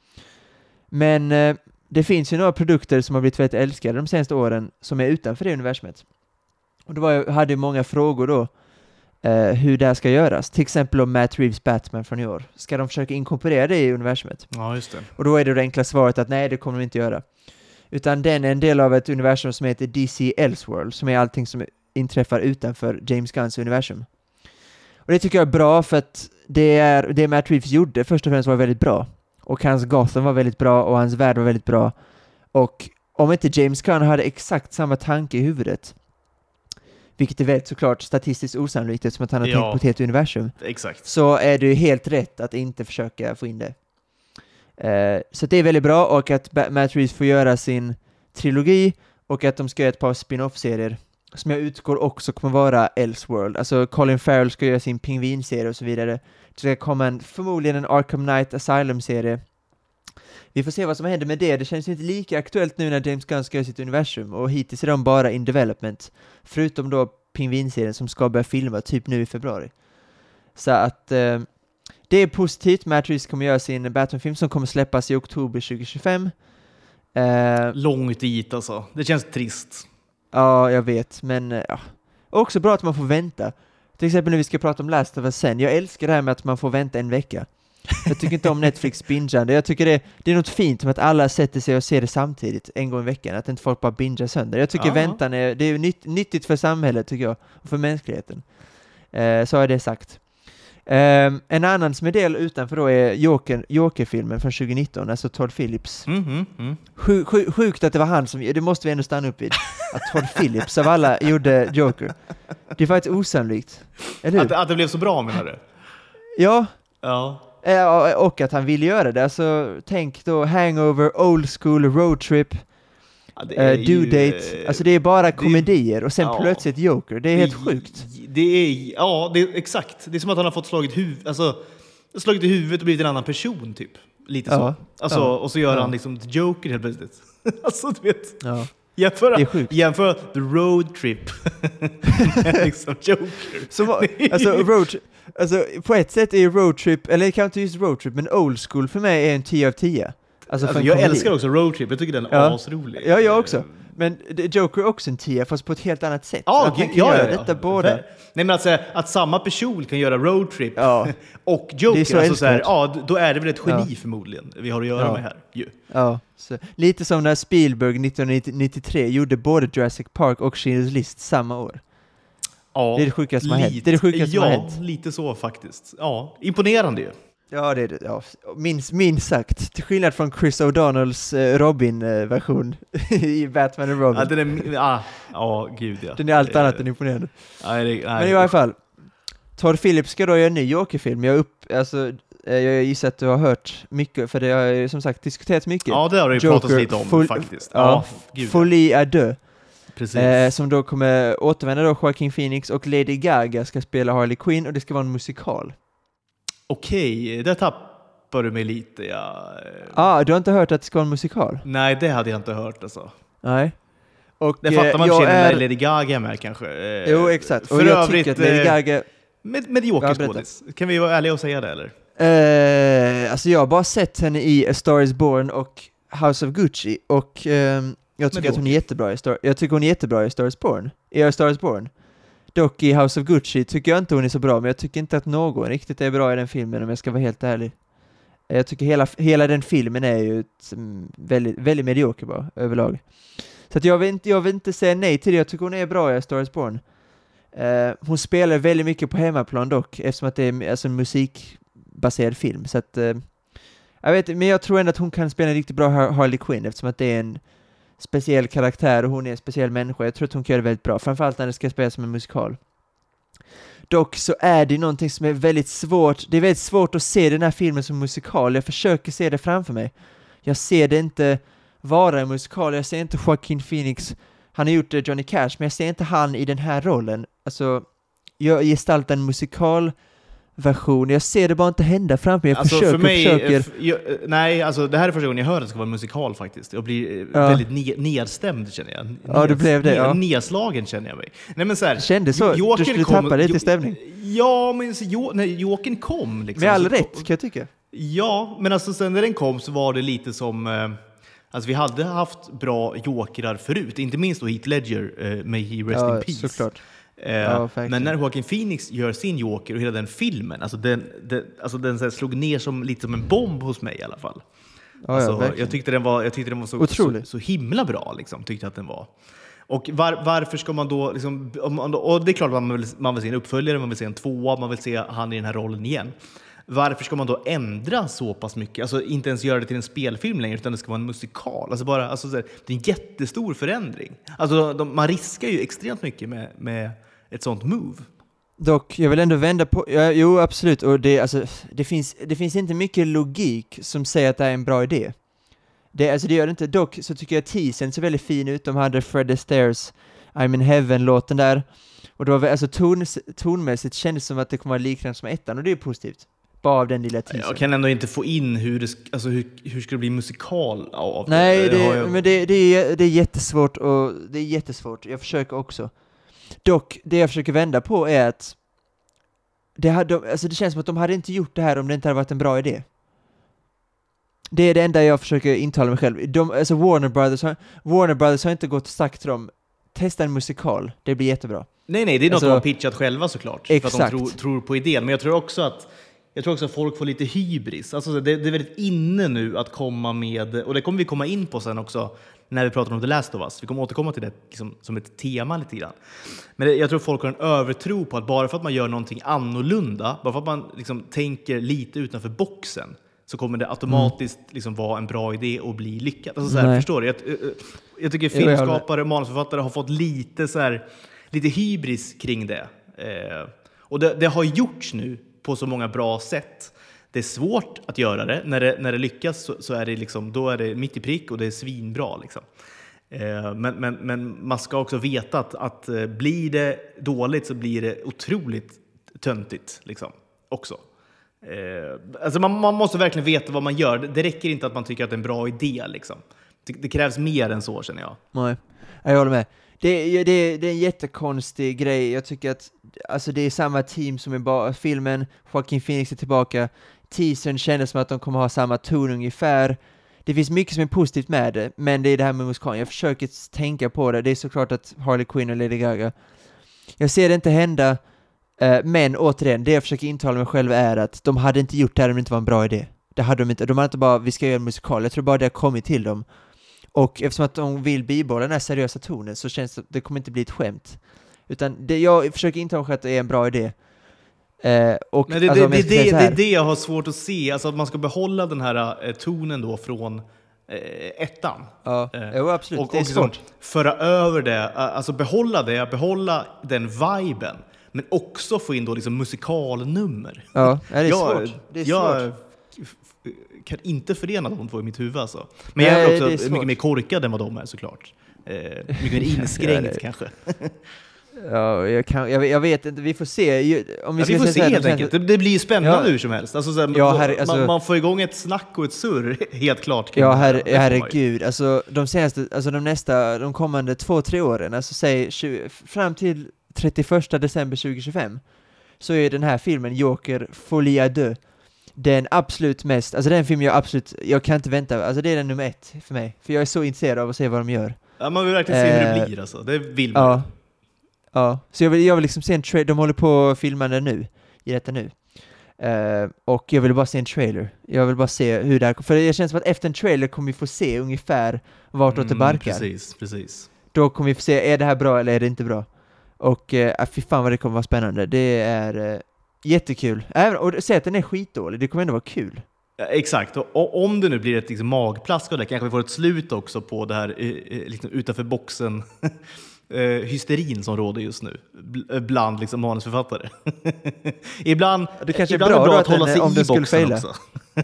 Men uh, det finns ju några produkter som har blivit väldigt älskade de senaste åren som är utanför det universumet. Och då var jag, hade jag många frågor då eh, hur det här ska göras. Till exempel om Matt Reeves Batman från i år. Ska de försöka inkorporera det i universumet? Ja, just det. Och då är det det enkla svaret att nej, det kommer de inte göra. Utan den är en del av ett universum som heter D C Elseworld, som är allting som inträffar utanför James Gunns universum. Och det tycker jag är bra, för att det, är, det Matt Reeves gjorde först och främst var väldigt bra. Och hans Gotham var väldigt bra, och hans värld var väldigt bra. Och om inte James Gunn hade exakt samma tanke i huvudet, vilket är väldigt såklart statistiskt osannolikt eftersom att han har ja, tänkt på ett helt universum. Exakt. Så är det ju helt rätt att inte försöka få in det. Uh, så det är väldigt bra, och att Matt Reeves får göra sin trilogi, och att de ska göra ett par spin-off-serier som jag utgår också kommer vara Elseworld. Alltså Colin Farrell ska göra sin pingvinserie och så vidare. Det ska komma en, förmodligen en Arkham Knight Asylum-serie. Vi får se vad som händer med det. Det känns inte lika aktuellt nu när James Gunn ska göra sitt universum, och hittills är de bara in development. Förutom då pingvinserien som ska börja filma typ nu i februari. Så att eh, det är positivt. Matt Reeves kommer göra sin Batman-film som kommer släppas i oktober tjugo tjugofem. Eh, Långt dit alltså. Det känns trist. Ja, jag vet. Men eh, ja. Också bra att man får vänta. Till exempel när vi ska prata om Last of Us sen. Jag älskar det här med att man får vänta en vecka. Jag tycker inte om Netflix bingeande. Jag tycker det, det är något fint med att alla sätter sig och ser det samtidigt en gång i veckan. Att inte folk bara bingar sönder. Jag tycker ja. väntan är, det är nytt, nyttigt för samhället, tycker jag. Och för mänskligheten. Eh, så har jag det sagt. Eh, en annan som är del utanför då är Joker, Joker-filmen från tjugo nitton. Alltså Todd Phillips. Mm, mm, mm. Sjuk, sjuk, sjukt att det var han som... Det måste vi ändå stanna upp vid. Att Todd Phillips av alla gjorde Joker. Det är faktiskt osannolikt. Eller hur? Att, att det blev så bra, menar du? Ja. Ja. Och att han vill göra det. Alltså, tänk då Hangover, Old School, Road Trip, ja, uh, Due Date. Alltså det är bara komedier. Och sen ja, plötsligt Joker. Det är helt det, sjukt. Det är, ja, det är exakt. Det är som att han har fått slagit huvudet, alltså, slagit i huvudet och blivit en annan person typ. Lite så. Ja, alltså, ja, och så gör ja. han liksom Joker helt plötsligt. Alltså, du vet. Ja. Jämför, Det är sjukt. jämför The Road Trip med liksom Joker. Som, alltså, road, alltså på ett sätt är Road Trip, eller kanske inte just Road Trip, men Old School för mig är en tio av tio. Alltså, Alltså, för en jag komedi. älskar också Road Trip, jag tycker den är Ja. asrolig. Ja, jag också. Men Joker är också en tia, fast på ett helt annat sätt. Ja, att han gud, kan ja, göra ja, detta ja. båda. Nej men alltså, att samma person kan göra Road Trip Ja. och Det är Joker, så alltså, så här, älskvärt. ja, då är det väl ett geni Ja. förmodligen vi har att göra Ja. med här. Ju. Ja, så, lite som när Spielberg nittonhundranittiotre gjorde både Jurassic Park och Schindler's List samma år. Ja, Det är det sjukaste som har hänt. lite- Det är det sjukaste ja, som har hänt. lite så faktiskt. Ja, imponerande ju. Ja, det är det. Ja, minst, minst sagt. Till skillnad från Chris O'Donnells eh, Robin-version i Batman och Robin. Ja, den är, ah, ja, gud ja. Den är allt Det- annat än imponerande. Nej, det, nej. Men i varje fall, Todd Phillips ska då göra en ny Joker-film. Jag, upp, alltså, eh, jag gissar att du har hört mycket, för det har ju som sagt diskuterats mycket. Ja, det har det ju Joker, pratats lite om full- faktiskt. ja, Ja, gud ja. Folie à deux. Precis. Eh, som då kommer återvända då, Joaquin Phoenix och Lady Gaga ska spela Harley Quinn och det ska vara en musikal. Okej, där tappar du mig lite. Ja. Ah, du har inte hört att det ska vara en musikal? Nej, det hade jag inte hört alltså. Nej. Och, Det fattar man eh, för jag sig när är... Lady Gaga är med kanske. Eh, Jo, exakt. Och För jag övrigt, tycker att Lady eh, Gaga... Med, medioker Ja, berätta. skådis. Kan vi vara ärliga och säga det eller? Eh, alltså jag har bara sett henne i A Star Is Born och House of Gucci och ehm, jag tycker Men att hon är okej. jättebra i Star, jag tycker hon är jättebra i Star Is Born. I A Star Is Born. Dock i House of Gucci tycker jag inte hon är så bra, men jag tycker inte att någon riktigt är bra i den filmen om jag ska vara helt ärlig. Jag tycker hela, hela den filmen är ju ett, mm, väldigt, väldigt medioker bara, överlag. Så att jag, vill inte, jag vill inte säga nej till det, jag tycker hon är bra i A Star Is Born. Eh, hon spelar väldigt mycket på hemmaplan dock, eftersom att det är alltså, en musikbaserad film. Så att, eh, jag vet, men jag tror ändå att hon kan spela en riktigt bra Har- Harley Quinn, eftersom att det är en speciell karaktär och hon är en speciell människa. Jag tror att hon kan göra det väldigt bra, framförallt när det ska spelas som en musikal. Dock så är det någonting som är väldigt svårt. Det är väldigt svårt att se den här filmen som musikal. Jag försöker se det framför mig. Jag ser det inte vara en musikal. Jag ser inte Joaquin Phoenix. Han har gjort uh, Johnny Cash, men jag ser inte han i den här rollen. Alltså, jag gestaltar en musikalversion. Jag ser det bara inte hända framför mig. Jag Alltså försöker, för mig, försöker. f- jag, eh, nej, alltså det här är första gången jag hör att det ska vara en musikal faktiskt. Jag blir eh, Ja. väldigt ne- nedstämd känner jag. Ja, du blev det, ned- ja. Nedslagen känner jag mig. Nej men så här, Kände så. Jo- Du skulle tappa lite i stämning. Ja, men så, jo, när Jokern kom liksom. Med all så- rätt, kan jag tycka. Ja, men alltså sen när den kom så var det lite som... Eh, alltså vi hade haft bra jokrar förut, inte minst då Heath Ledger eh, med He Rest Ja, in Peace. såklart. Eh, Ja, verkligen. men när Joaquin Phoenix gör sin Joker och hela den filmen, alltså den, den, alltså den så här slog ner som, lite som en bomb hos mig i alla fall. Ja, alltså, ja, verkligen. jag tyckte den var, jag tyckte den var så, så, Otrolig. så himla bra, liksom, tyckte jag att den var. Och var, varför ska man då, liksom, om man då, och det är klart att man vill, man vill se en uppföljare, man vill se en tvåa, man vill se han i den här rollen igen. Varför ska man då ändra så pass mycket? Alltså inte ens göra det till en spelfilm längre, utan det ska vara en musikal. Alltså bara, alltså, så här, det är en jättestor förändring. Alltså de, man riskar ju extremt mycket med, med ett sånt move. Dock, jag vill ändå vända på... Ja, jo, absolut. Och det, alltså, det, finns, det finns inte mycket logik som säger att det är en bra idé. Det, alltså, det gör det inte. Dock så tycker jag att teasern ser väldigt fin ut. De hade Fred Astaire's I'm in Heaven-låten där. Och då var, alltså, ton, tonmässigt kändes det som att det kommer vara liknande som ettan. Och det är positivt. Bara av den lilla teasern. Jag kan ändå inte få in hur det, sk- alltså hur, hur ska det bli musikal av Nej, det? det, har jag- men det, det, är, det är jättesvårt och det är jättesvårt. Jag försöker också. Dock, det jag försöker vända på är att det, hade, alltså det känns som att de hade inte gjort det här om det inte hade varit en bra idé. Det är det enda jag försöker intala mig själv. De, alltså Warner Brothers har, Warner Brothers har inte gått och sagt till dem, testa en musikal, det blir jättebra. Nej, nej, det är något Alltså- de har pitchat själva såklart. För Exakt. att de tror, tror på idén. Men jag tror också att jag tror också att folk får lite hybris. Alltså, det, det är väldigt inne nu att komma med, och det kommer vi komma in på sen också när vi pratar om The Last of Us. Vi kommer återkomma till det liksom, som ett tema lite grann. Men det, jag tror folk har en övertro på att bara för att man gör någonting annorlunda, bara för att man liksom, tänker lite utanför boxen, så kommer det automatiskt liksom, vara en bra idé och bli lyckat. Alltså, så här, Nej. förstår du? Jag, jag tycker Jo, jag filmskapare och manusförfattare har fått lite, så här, lite hybris kring det. Eh, och det, det har gjorts nu på så många bra sätt. Det är svårt att göra det. När det, när det lyckas så, så är det liksom, då är det mitt i prick och det är svinbra. Liksom. Eh, men, men, men man ska också veta att, att eh, blir det dåligt så blir det otroligt töntigt liksom, också. Eh, alltså man, man måste verkligen veta vad man gör. Det räcker inte att man tycker att det är en bra idé. Liksom. Det, det krävs mer än så, känner jag. Nej, jag håller med. Det, det, det är en jättekonstig grej. Jag tycker att alltså det är samma team som i ba- filmen. Joaquin Phoenix är tillbaka. Teasern kändes som att de kommer ha samma ton ungefär. Det finns mycket som är positivt med det, men det är det här med musikalen. Jag försöker tänka på det. Det är såklart att Harley Quinn och Lady Gaga. Jag ser det inte hända, eh, men återigen, det jag försöker intala mig själv är att de hade inte gjort det här om det inte var en bra idé. Det hade de inte. De hade inte bara, vi ska göra en musikal. Jag tror bara det har kommit till dem. Och eftersom att de vill bibehålla den här seriösa tonen så känns det att det kommer inte bli ett skämt. Utan det jag försöker intala mig själv att det är en bra idé. Eh, och, Men det, alltså, det, det, det, det är det jag har svårt att se, alltså att man ska behålla den här eh, tonen då från eh, ettan. Ja, eh, jo, absolut. Och, det är och liksom svårt. föra över det, eh, alltså behålla det, behålla den viben, men också få in då liksom musikalnummer. Ja, det är jag, svårt. Det är jag svårt. f- kan inte förena de två i mitt huvud alltså. Men Nej, jag är det är också svårt. mycket mer korkad än vad de är såklart. Eh, mycket mer inskränkt Ja, det- kanske. Ja, jag, kan, jag, jag vet inte, vi får se. Ju- Om vi, Ja, ska vi får säga se så här, helt de enkelt. känns- Det, det blir ju spännande Ja. hur som helst. Alltså, så här, Ja, man- herre- alltså- man, man får igång ett snack och ett surr, helt klart. kring Ja, det här. herre, Det får man ju. herregud. Alltså de senaste, alltså de nästa, de kommande två, tre åren, alltså säg tjugo, fram till trettioförsta december tjugohundratjugofem, så är den här filmen Joker Folie à deux den absolut mest, alltså den film jag absolut, jag kan inte vänta, alltså det är den nummer ett för mig. För jag är så intresserad av att se vad de gör. Ja, man vill verkligen se hur det Eh, blir alltså. Det vill man. Ja. Ja, så jag vill, jag vill liksom se en trailer, de håller på att filma den nu, i detta nu. Eh, och jag vill bara se en trailer. Jag vill bara se hur det här, för det känns som att efter en trailer kommer vi få se ungefär vartåt det barkar. Precis, precis. Då kommer vi få se, är det här bra eller är det inte bra? Och eh, fy fan vad det kommer vara spännande. Det är eh, jättekul. Även, och säg att den är skitdålig, det kommer ändå vara kul. Ja, exakt, och och om det nu blir ett liksom, magplask av det, kanske vi får ett slut också på det här eh, eh, liksom, utanför boxen eh, hysterin som råder just nu bl- bland liksom, manusförfattare. ibland Det kanske är ibland bra är bra då att att hålla den- sig om i den skulle boxen faila. också.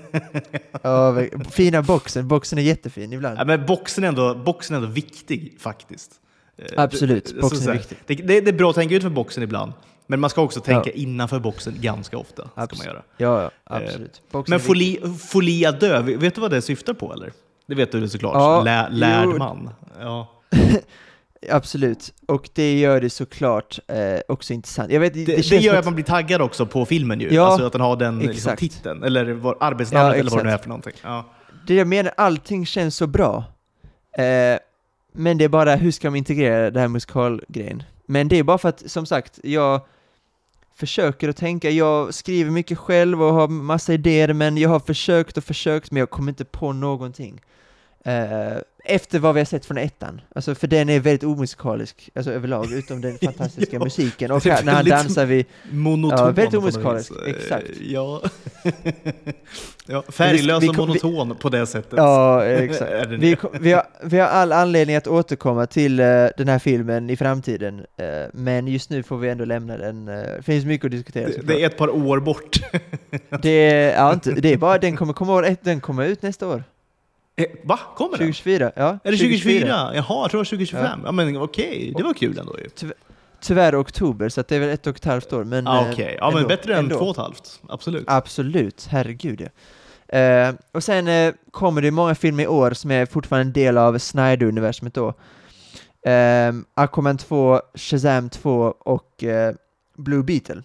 Ja, men fina boxen, boxen är jättefin ibland. Ja, men boxen är, ändå, boxen är ändå viktig faktiskt. Eh, Absolut, det- boxen så är så här, viktig. Det, det, det är bra att tänka ut för boxen ibland, men man ska också tänka Ja. innanför boxen ganska ofta. Ska Abs- man göra. Ja, ja, absolut. Boxen Men är viktig. folie, folie à deux, vet du vad det syftar på eller? Det vet du såklart, Ja, Lä, lärd jo. man. Ja. Absolut, och det gör det såklart eh, också intressant. Jag vet, det, Det, det, känns gör som att man blir taggad också på filmen ju, Ja, alltså att den har den liksom, exakt. titeln, eller var, arbetsnamnet Ja, eller vad det nu är exakt. för någonting. Ja. det jag menar, allting känns så bra. Eh, men det är bara, hur ska man integrera det här musikalgrejen? Men det är bara för att, som sagt, jag försöker att tänka, jag skriver mycket själv och har massa idéer, men jag har försökt och försökt, men jag kommer inte på någonting. Eh, efter vad vi har sett från ettan. Alltså, för den är väldigt omusikalisk, alltså överlag, utom den fantastiska Ja, musiken. Och det är här, när han väldigt dansar vid... Monoton. Ja, väldigt på något omusikalisk, vis. exakt. Eh, Ja. ja, färglös Vi- och vi- monoton på det sättet. Ja, exakt. Är den Vi, det? kom- vi, har, vi har all anledning att återkomma till eh, den här filmen i framtiden, eh, men just nu får vi ändå lämna den. eh, Det finns mycket att diskutera. Det, såklart. det är ett par år bort. det, är, ja, inte, det är bara, den kommer komma år, ett- den kommer ut nästa år. Eh, Va? Kommer den? tjugohundratjugofyra, ja. Är det tjugotjugofyra? Jaha, jag tror det var tjugotjugofem. Ja, Ja. men okej, det var kul ändå ju. Tyvärr oktober, så att det är väl ett och ett halvt år. Men, Ah, eh, okej, ja, men ändå, bättre än ändå. två och ett halvt. Absolut. Absolut, herregud ja. Eh, och sen eh, kommer det många filmer i år som är fortfarande en del av Snyder-universumet då. Eh, Aquaman två, Shazam två och eh, Blue Beetle.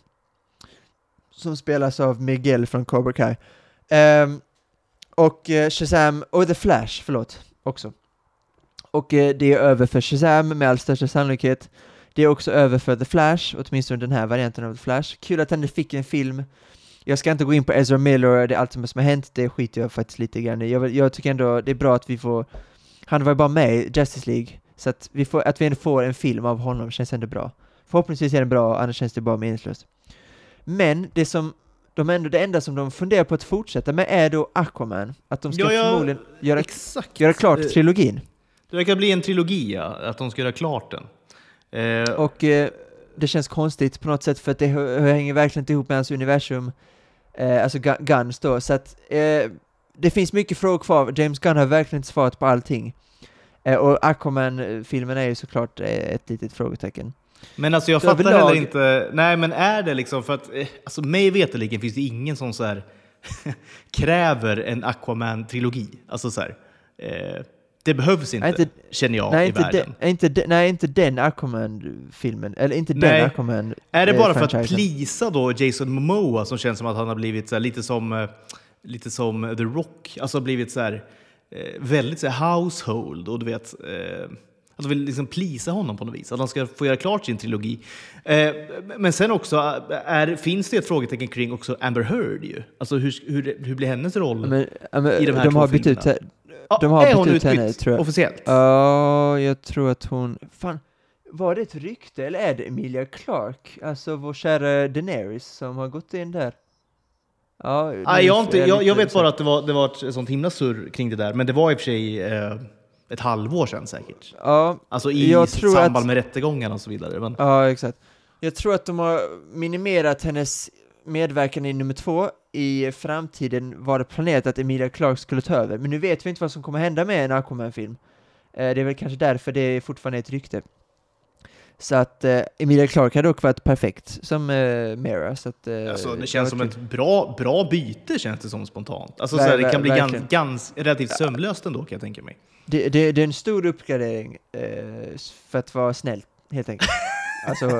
Som spelas av Miguel från Cobra Kai. Eh, och eh, Shazam, och The Flash, förlåt, också. Och eh, det är över för Shazam med all största sannolikhet. Det är också över för The Flash, åtminstone den här varianten av The Flash. Kul att den fick en film. Jag ska inte gå in på Ezra Miller och det allt som har hänt, det skiter jag faktiskt lite grann i. Jag, jag tycker ändå det är bra att vi får, han var ju bara med i Justice League, så att vi, får, att vi ändå får en film av honom känns ändå bra. Förhoppningsvis är den bra, annars känns det bara meningslöst. Men det som de ändå, det enda som de funderar på att fortsätta med är då Aquaman. Att de ska Ja, ja, förmodligen göra, Exakt. göra klart Eh, trilogin. Det verkar bli en trilogi, ja, att de ska göra klart den. Eh, Och eh, det känns konstigt på något sätt, för att det hö- hänger verkligen inte ihop med hans universum. Eh, alltså Gu- Guns då. Så att eh, det finns mycket frågor kvar. James Gunn har verkligen inte svarat på allting. Eh, och Aquaman-filmen är ju såklart eh, ett litet frågetecken. Men alltså jag Så fattar överlag- heller inte, nej men är det liksom för att, eh, alltså mig veterligen finns det ingen som så här kräver en Aquaman-trilogi. Alltså så här, eh, Det behövs inte, inte känner jag, nej, i inte världen. De, inte de, nej, inte den Aquaman-filmen. Eller inte nej. den Aquaman. Är det eh, bara för att franchisen. plisa då Jason Momoa som känns som att han har blivit så här, lite som eh, lite som The Rock, alltså blivit så här eh, väldigt så här household, och du vet eh, alltså vill liksom plisa honom på något vis, att han ska få göra klart sin trilogi. Eh, men sen också är, finns det ett frågetecken kring också Amber Heard ju. Alltså hur, hur, hur blir hennes roll men, men, i de här de två har bytt filmerna? ut De har är bytt hon ut utbytt henne, tror jag. officiellt? Ja, jag tror att hon... Fan, var det ett rykte eller är det Emilia Clarke? Alltså vår kära Daenerys som har gått in där. Ja, ah, jag, inte, jag, jag vet så. bara att det var, det var ett sånt himla surr kring det där, men det var i och för sig eh, ett halvår sedan säkert. Ja, alltså i jag tror samband att, med rättegångarna och så vidare. Men... Ja, exakt. Jag tror att de har minimerat hennes medverkan i nummer två. I framtiden var det planerat att Emilia Clarke skulle ta över. Men nu vet vi inte vad som kommer hända med en Aquaman-film. Eh, det är väl kanske därför det är fortfarande ett rykte. Så att eh, Emilia Clarke hade dock varit perfekt som eh, Mera. Så att, eh, alltså, det känns som kul. ett bra, bra byte, känns det som spontant. Alltså, Ver- så här, det kan bli verkligen. gans, gans, relativt sömlöst ändå, kan jag tänka mig. Det, det, det är en stor uppgradering eh, för att vara snäll, helt enkelt. Alltså,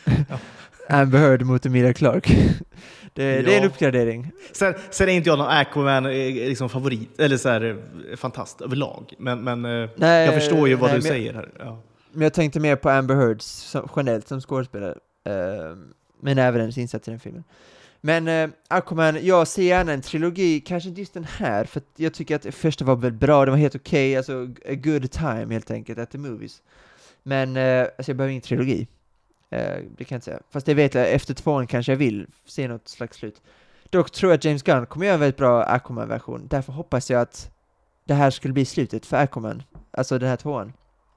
Amber Heard mot Emilia Clarke. det, Ja. det är en uppgradering. Sen, sen är inte jag någon Aquaman eh, liksom favorit, eller så här, eh, fantast överlag. Men, men eh, Nej, jag förstår ju vad nej, du men- säger här. Ja. Men jag tänkte mer på Amber Heard som, generellt som skådespelare. Eh, men även hennes insats i den filmen. Men eh, Aquaman, jag ser gärna en trilogi, kanske inte just den här, för att jag tycker att första var väl bra, det var helt okej, okay, alltså a good time helt enkelt, at the movies. Men eh, alltså jag behöver ingen trilogi. Eh, det kan jag inte säga. Fast det vet jag, efter tvåan kanske jag vill se något slags slut. Dock tror jag att James Gunn kommer göra en väldigt bra Aquaman-version. Därför hoppas jag att det här skulle bli slutet för Aquaman. Alltså den här tvåan.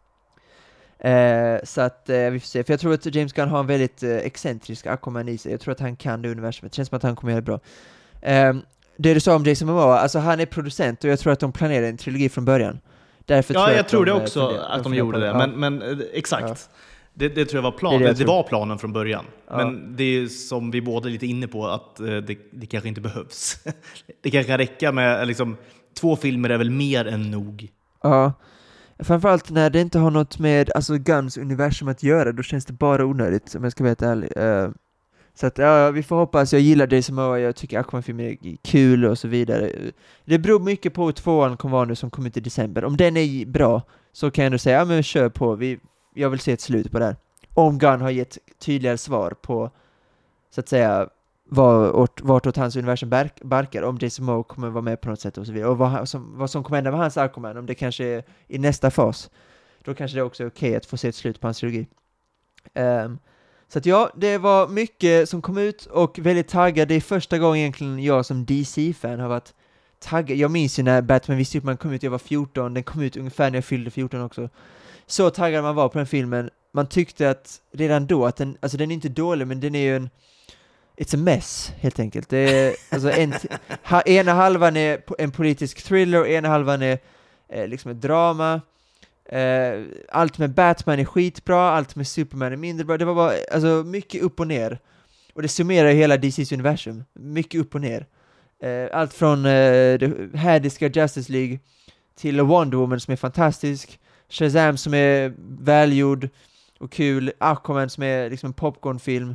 Eh, så att eh, vi får se. För jag tror att James Gunn har en väldigt eh, excentrisk Aquaman i sig. Jag tror att han kan det universumet. Det känns som att han kommer göra det bra. Eh, det du sa om Jason Momoa, alltså han är producent och jag tror att de planerar en trilogi från början. Därför Ja, tror jag, att tror de, det eh, också, funderar- att de funderar gjorde på det. Ja. Men, men eh, exakt. Ja. Det, det tror jag var Det planen. är det Det, jag det tror. var planen från början. Ja. Men det är som vi båda är lite inne på, att eh, det, det kanske inte behövs. Det kanske kan räcka med liksom, två filmer är väl mer än nog. Ja, framförallt när det inte har något med alltså Guns universum att göra, då känns det bara onödigt om jag ska vara helt ärlig. Uh, så att ja, vi får hoppas. Jag gillar det som jag tycker Aquaman-filmer är kul och så vidare. Det beror mycket på hur tvåan kommer vara nu som kommer ut i december. Om den är bra så kan jag ändå säga, ja men kör på, vi, jag vill se ett slut på det här. Om Gunn har gett tydligare svar på, så att säga, vart, vart åt hans universum bark, barkar, om Jason Momoa kommer vara med på något sätt och så vidare. Och vad, som, vad som kommer hända med hans Aquaman, om det kanske är i nästa fas, då kanske det också är okej att få se ett slut på hans trilogi. Um, så att ja, det var mycket som kom ut och väldigt taggad. Det är första gången egentligen jag som D C-fan har varit taggad. Jag minns ju när Batman v Superman kom ut, jag var fjorton, den kom ut ungefär när jag fyllde fjorton också. Så taggad man var på den filmen. Man tyckte att redan då att den, alltså den är inte dålig, men den är ju en it's a mess, helt enkelt. Det är, alltså en t- ha, ena halvan är po- en politisk thriller, ena halvan är eh, liksom ett drama. Eh, allt med Batman är skitbra, allt med Superman är mindre bra. Det var bara alltså, mycket upp och ner. Och det summerar hela D C:s universum. Mycket upp och ner. Eh, allt från eh, det hädiska Justice League till Wonder Woman som är fantastisk, Shazam som är välgjord och kul, Aquaman som är liksom en popcornfilm,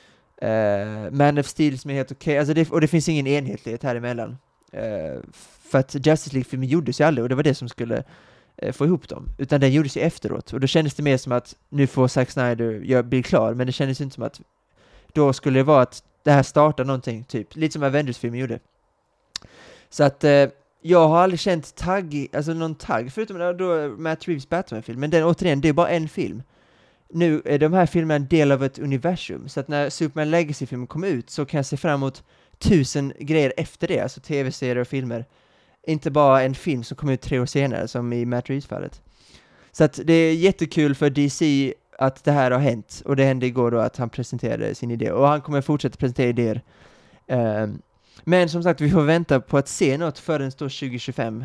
uh, Man of Steel som är helt okej, okay. Alltså det, och det finns ingen enhetlighet här emellan. Uh, för att Justice League-filmen gjordes ju aldrig, och det var det som skulle uh, få ihop dem, utan den gjordes ju efteråt, och då kändes det mer som att nu får Zack Snyder gör, bli klar, men det kändes inte som att då skulle det vara att det här startar någonting, typ, lite som Avengers-filmen gjorde. Så att uh, jag har aldrig känt tagg, alltså någon tagg, förutom då Matt Reeves Batman-film, men den återigen, det är bara en film. Nu är de här filmerna en del av ett universum, så att när Superman Legacy-filmen kom ut så kan jag se fram emot tusen grejer efter det, alltså tv-serier och filmer. Inte bara en film som kom ut tre år senare, som i Matt Reeves-fallet. Så att det är jättekul för D C att det här har hänt, och det hände igår då att han presenterade sin idé, och han kommer fortsätta presentera idéer. Um, Men som sagt, vi får vänta på att se något förrän då tjugo tjugofem.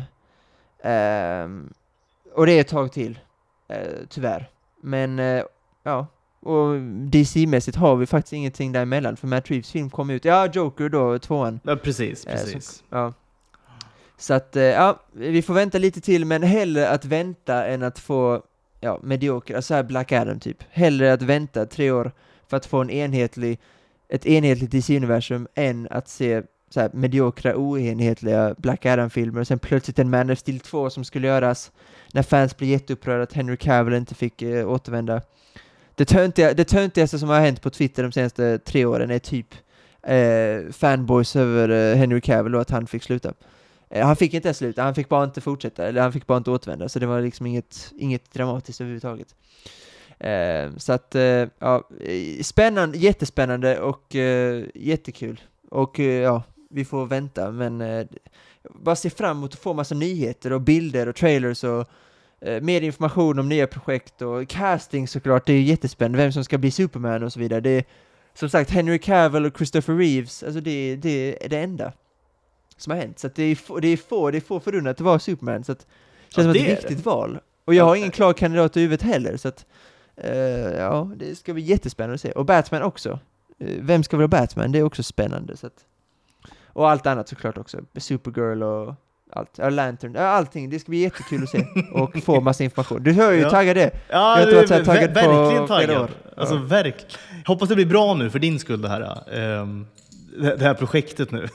Um, och det är ett tag till, uh, tyvärr. Men, uh, ja. Och D C-mässigt har vi faktiskt ingenting däremellan. För Matt Reeves film kom ut. Ja, Joker då, tvåan. Ja, precis, Uh, precis. så, ja. Så att, eh, ja, vi får vänta lite till, men hellre att vänta än att få, ja, medioker, alltså här Black Adam typ. Hellre att vänta tre år för att få en enhetlig, ett enhetligt D C-universum än att se så här mediokra, oenhetliga Black Adam-filmer och sen plötsligt en Man of Steel två som skulle göras när fans blev jätteupprörda att Henry Cavill inte fick eh, återvända. Det töntiga, det töntigaste som har hänt på Twitter de senaste tre åren är typ eh, fanboys över eh, Henry Cavill och att han fick sluta. Eh, han fick inte sluta, han fick bara inte fortsätta, eller han fick bara inte återvända, så det var liksom inget, inget dramatiskt överhuvudtaget. Eh, så att, eh, ja, spännande, jättespännande och eh, jättekul. Och eh, ja, vi får vänta, men eh, bara se fram emot att få massa nyheter och bilder och trailers och eh, mer information om nya projekt och casting såklart. Det är jättespännande, vem som ska bli Superman och så vidare. Det är, som sagt, Henry Cavill och Christopher Reeves, alltså det, det är det enda som har hänt. Så att det är få, det är få, det är få förunnat att vara Superman, så att det känns ja, som ett viktigt det. val. Och jag har ingen klar kandidat i huvudet heller, så att uh, ja, det ska bli jättespännande att se. Och Batman också. Uh, vem ska vara Batman? Det är också spännande, så att och allt annat såklart också. Supergirl och allt. Ja, Lantern. Ja, allting. Det ska bli jättekul att se. Och få massa information. Du hör ju ja. taggad det. Ja, jag har varit så här taggad ver- verkligen på taggad. År. Alltså, ja. verkligen. Hoppas det blir bra nu för din skull det här. Um, det, det här projektet nu.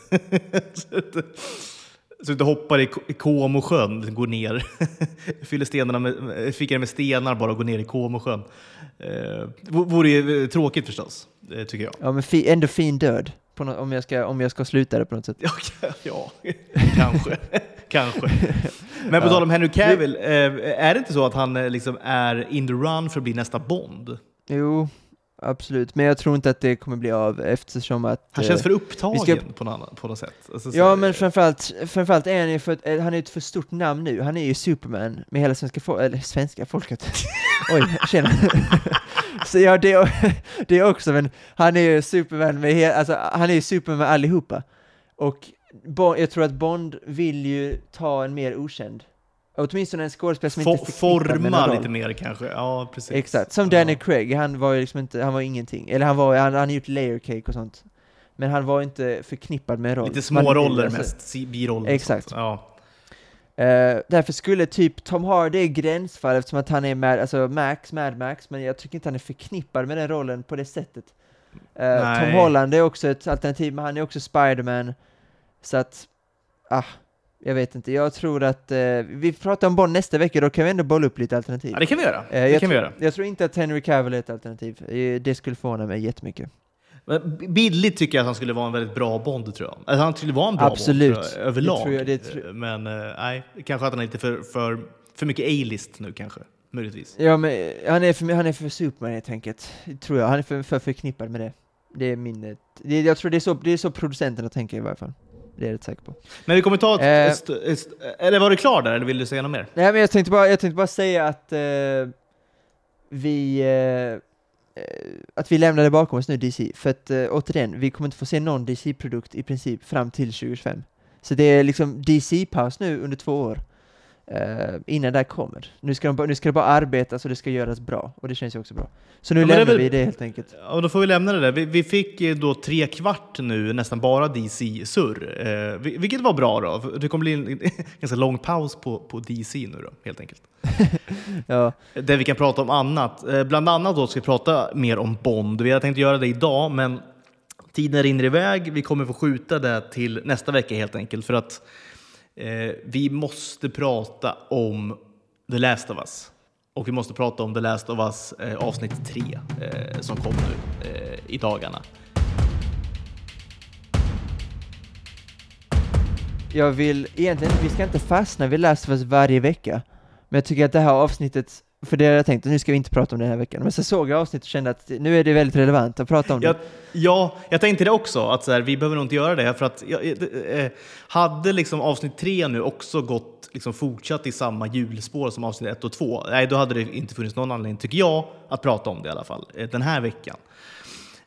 Så du hoppar i, i Comosjön, går ner. Fyller stenarna med, fikar med stenar bara och går ner i Comosjön. Uh, vore ju tråkigt förstås, tycker jag. Ja, men fi, ändå fin död. På no- om, jag ska, om jag ska sluta det på något sätt. Ja, ja kanske. kanske. Men på tal om Henry Cavill, eh, är det inte så att han eh, liksom är in the run för att bli nästa Bond? Jo, absolut. Men jag tror inte att det kommer bli av eftersom att... Han känns för upptagen ska... på, något, på något sätt. Alltså, ja, så... men framförallt, framförallt är han ju för att, han är ett för stort namn nu. Han är ju Superman med hela svenska, fol- eller svenska folket. Oj, tjena. Så ja, det är, det är också, men han är ju Superman med he- alltså, han är ju Superman med allihopa. Och Bond, jag tror att Bond vill ju ta en mer okänd. Åtminstone en skådespelare som For, inte förknippar med forma lite mer kanske. Ja, precis. Exakt. Som Daniel ja. Craig, han var ju liksom inte, han var ingenting. Eller han var han han gjort layer cake och sånt. Men han var inte förknippad med roll. Lite små man, roller alltså, mest, biroller. Exakt. Ja. Uh, därför skulle typ Tom Hardy är gränsfall eftersom att han är med, alltså Max, Mad Max, men jag tycker inte han är förknippad med den rollen på det sättet. Uh, Tom Holland är också ett alternativ, men han är också Spider-Man. Så att, ah, jag vet inte. Jag tror att uh, vi pratar om Bond nästa vecka, då kan vi ändå bolla upp lite alternativ. Ja, det kan vi göra. Uh, det jag, kan tro, vi göra. jag tror inte att Henry Cavill är ett alternativ. Uh, det skulle förvåna mig jättemycket. Bildligt tycker jag att han skulle vara en väldigt bra Bond, tror jag. Alltså, han skulle vara en bra Absolut. Bond jag, överlag. Det tror jag, det tror... Men nej, kanske att han är lite för, för, för mycket A-list nu kanske, möjligtvis. Ja, men han är för, han är för Superman helt enkelt, tror jag. Han är för, för förknippad med det. Det är min... Det, jag tror det är, så, det är så producenterna tänker i varje fall. Det är jag rätt säker på. Men vi kommer ta ett, eh, ett, ett, ett... Eller var du klar där, eller vill du säga något mer? Nej, men jag tänkte bara, jag tänkte bara säga att eh, vi... Eh, att vi lämnade bakom oss nu D C, för att äh, återigen, vi kommer inte få se någon D C-produkt i princip fram till tjugo tjugofem. Så det är liksom D C-paus nu under två år äh, innan det kommer. Nu ska, de, nu ska det bara arbeta så det ska göras bra, och det känns ju också bra. Så nu ja, lämnar väl, vi det helt enkelt. Ja, då får vi lämna det där. Vi, vi fick då tre kvart nu, nästan bara D C-surr, eh, vilket var bra då. Det kommer bli en ganska lång paus på, på D C nu då, helt enkelt. Ja. Där vi kan prata om annat. Bland annat då ska vi prata mer om Bond. Vi har tänkt göra det idag, men tiden rinner iväg. Vi kommer få skjuta det till nästa vecka helt enkelt, för att eh, vi måste prata om The Last of Us. Och vi måste prata om The Last of Us eh, avsnitt tre eh, som kommer nu eh, i dagarna. Jag vill egentligen, vi ska inte fastna vid Last of Us varje vecka. Men jag tycker att det här avsnittet, för det jag tänkte, nu ska vi inte prata om det den här veckan. Men så såg jag avsnittet och kände att nu är det väldigt relevant att prata om det. Ja, ja jag tänkte det också, att så här, vi behöver nog inte göra det. För att ja, eh, hade liksom avsnitt tre nu också gått, liksom fortsatt i samma hjulspår som avsnitt ett och två, nej, då hade det inte funnits någon anledning, tycker jag, att prata om det i alla fall, den här veckan.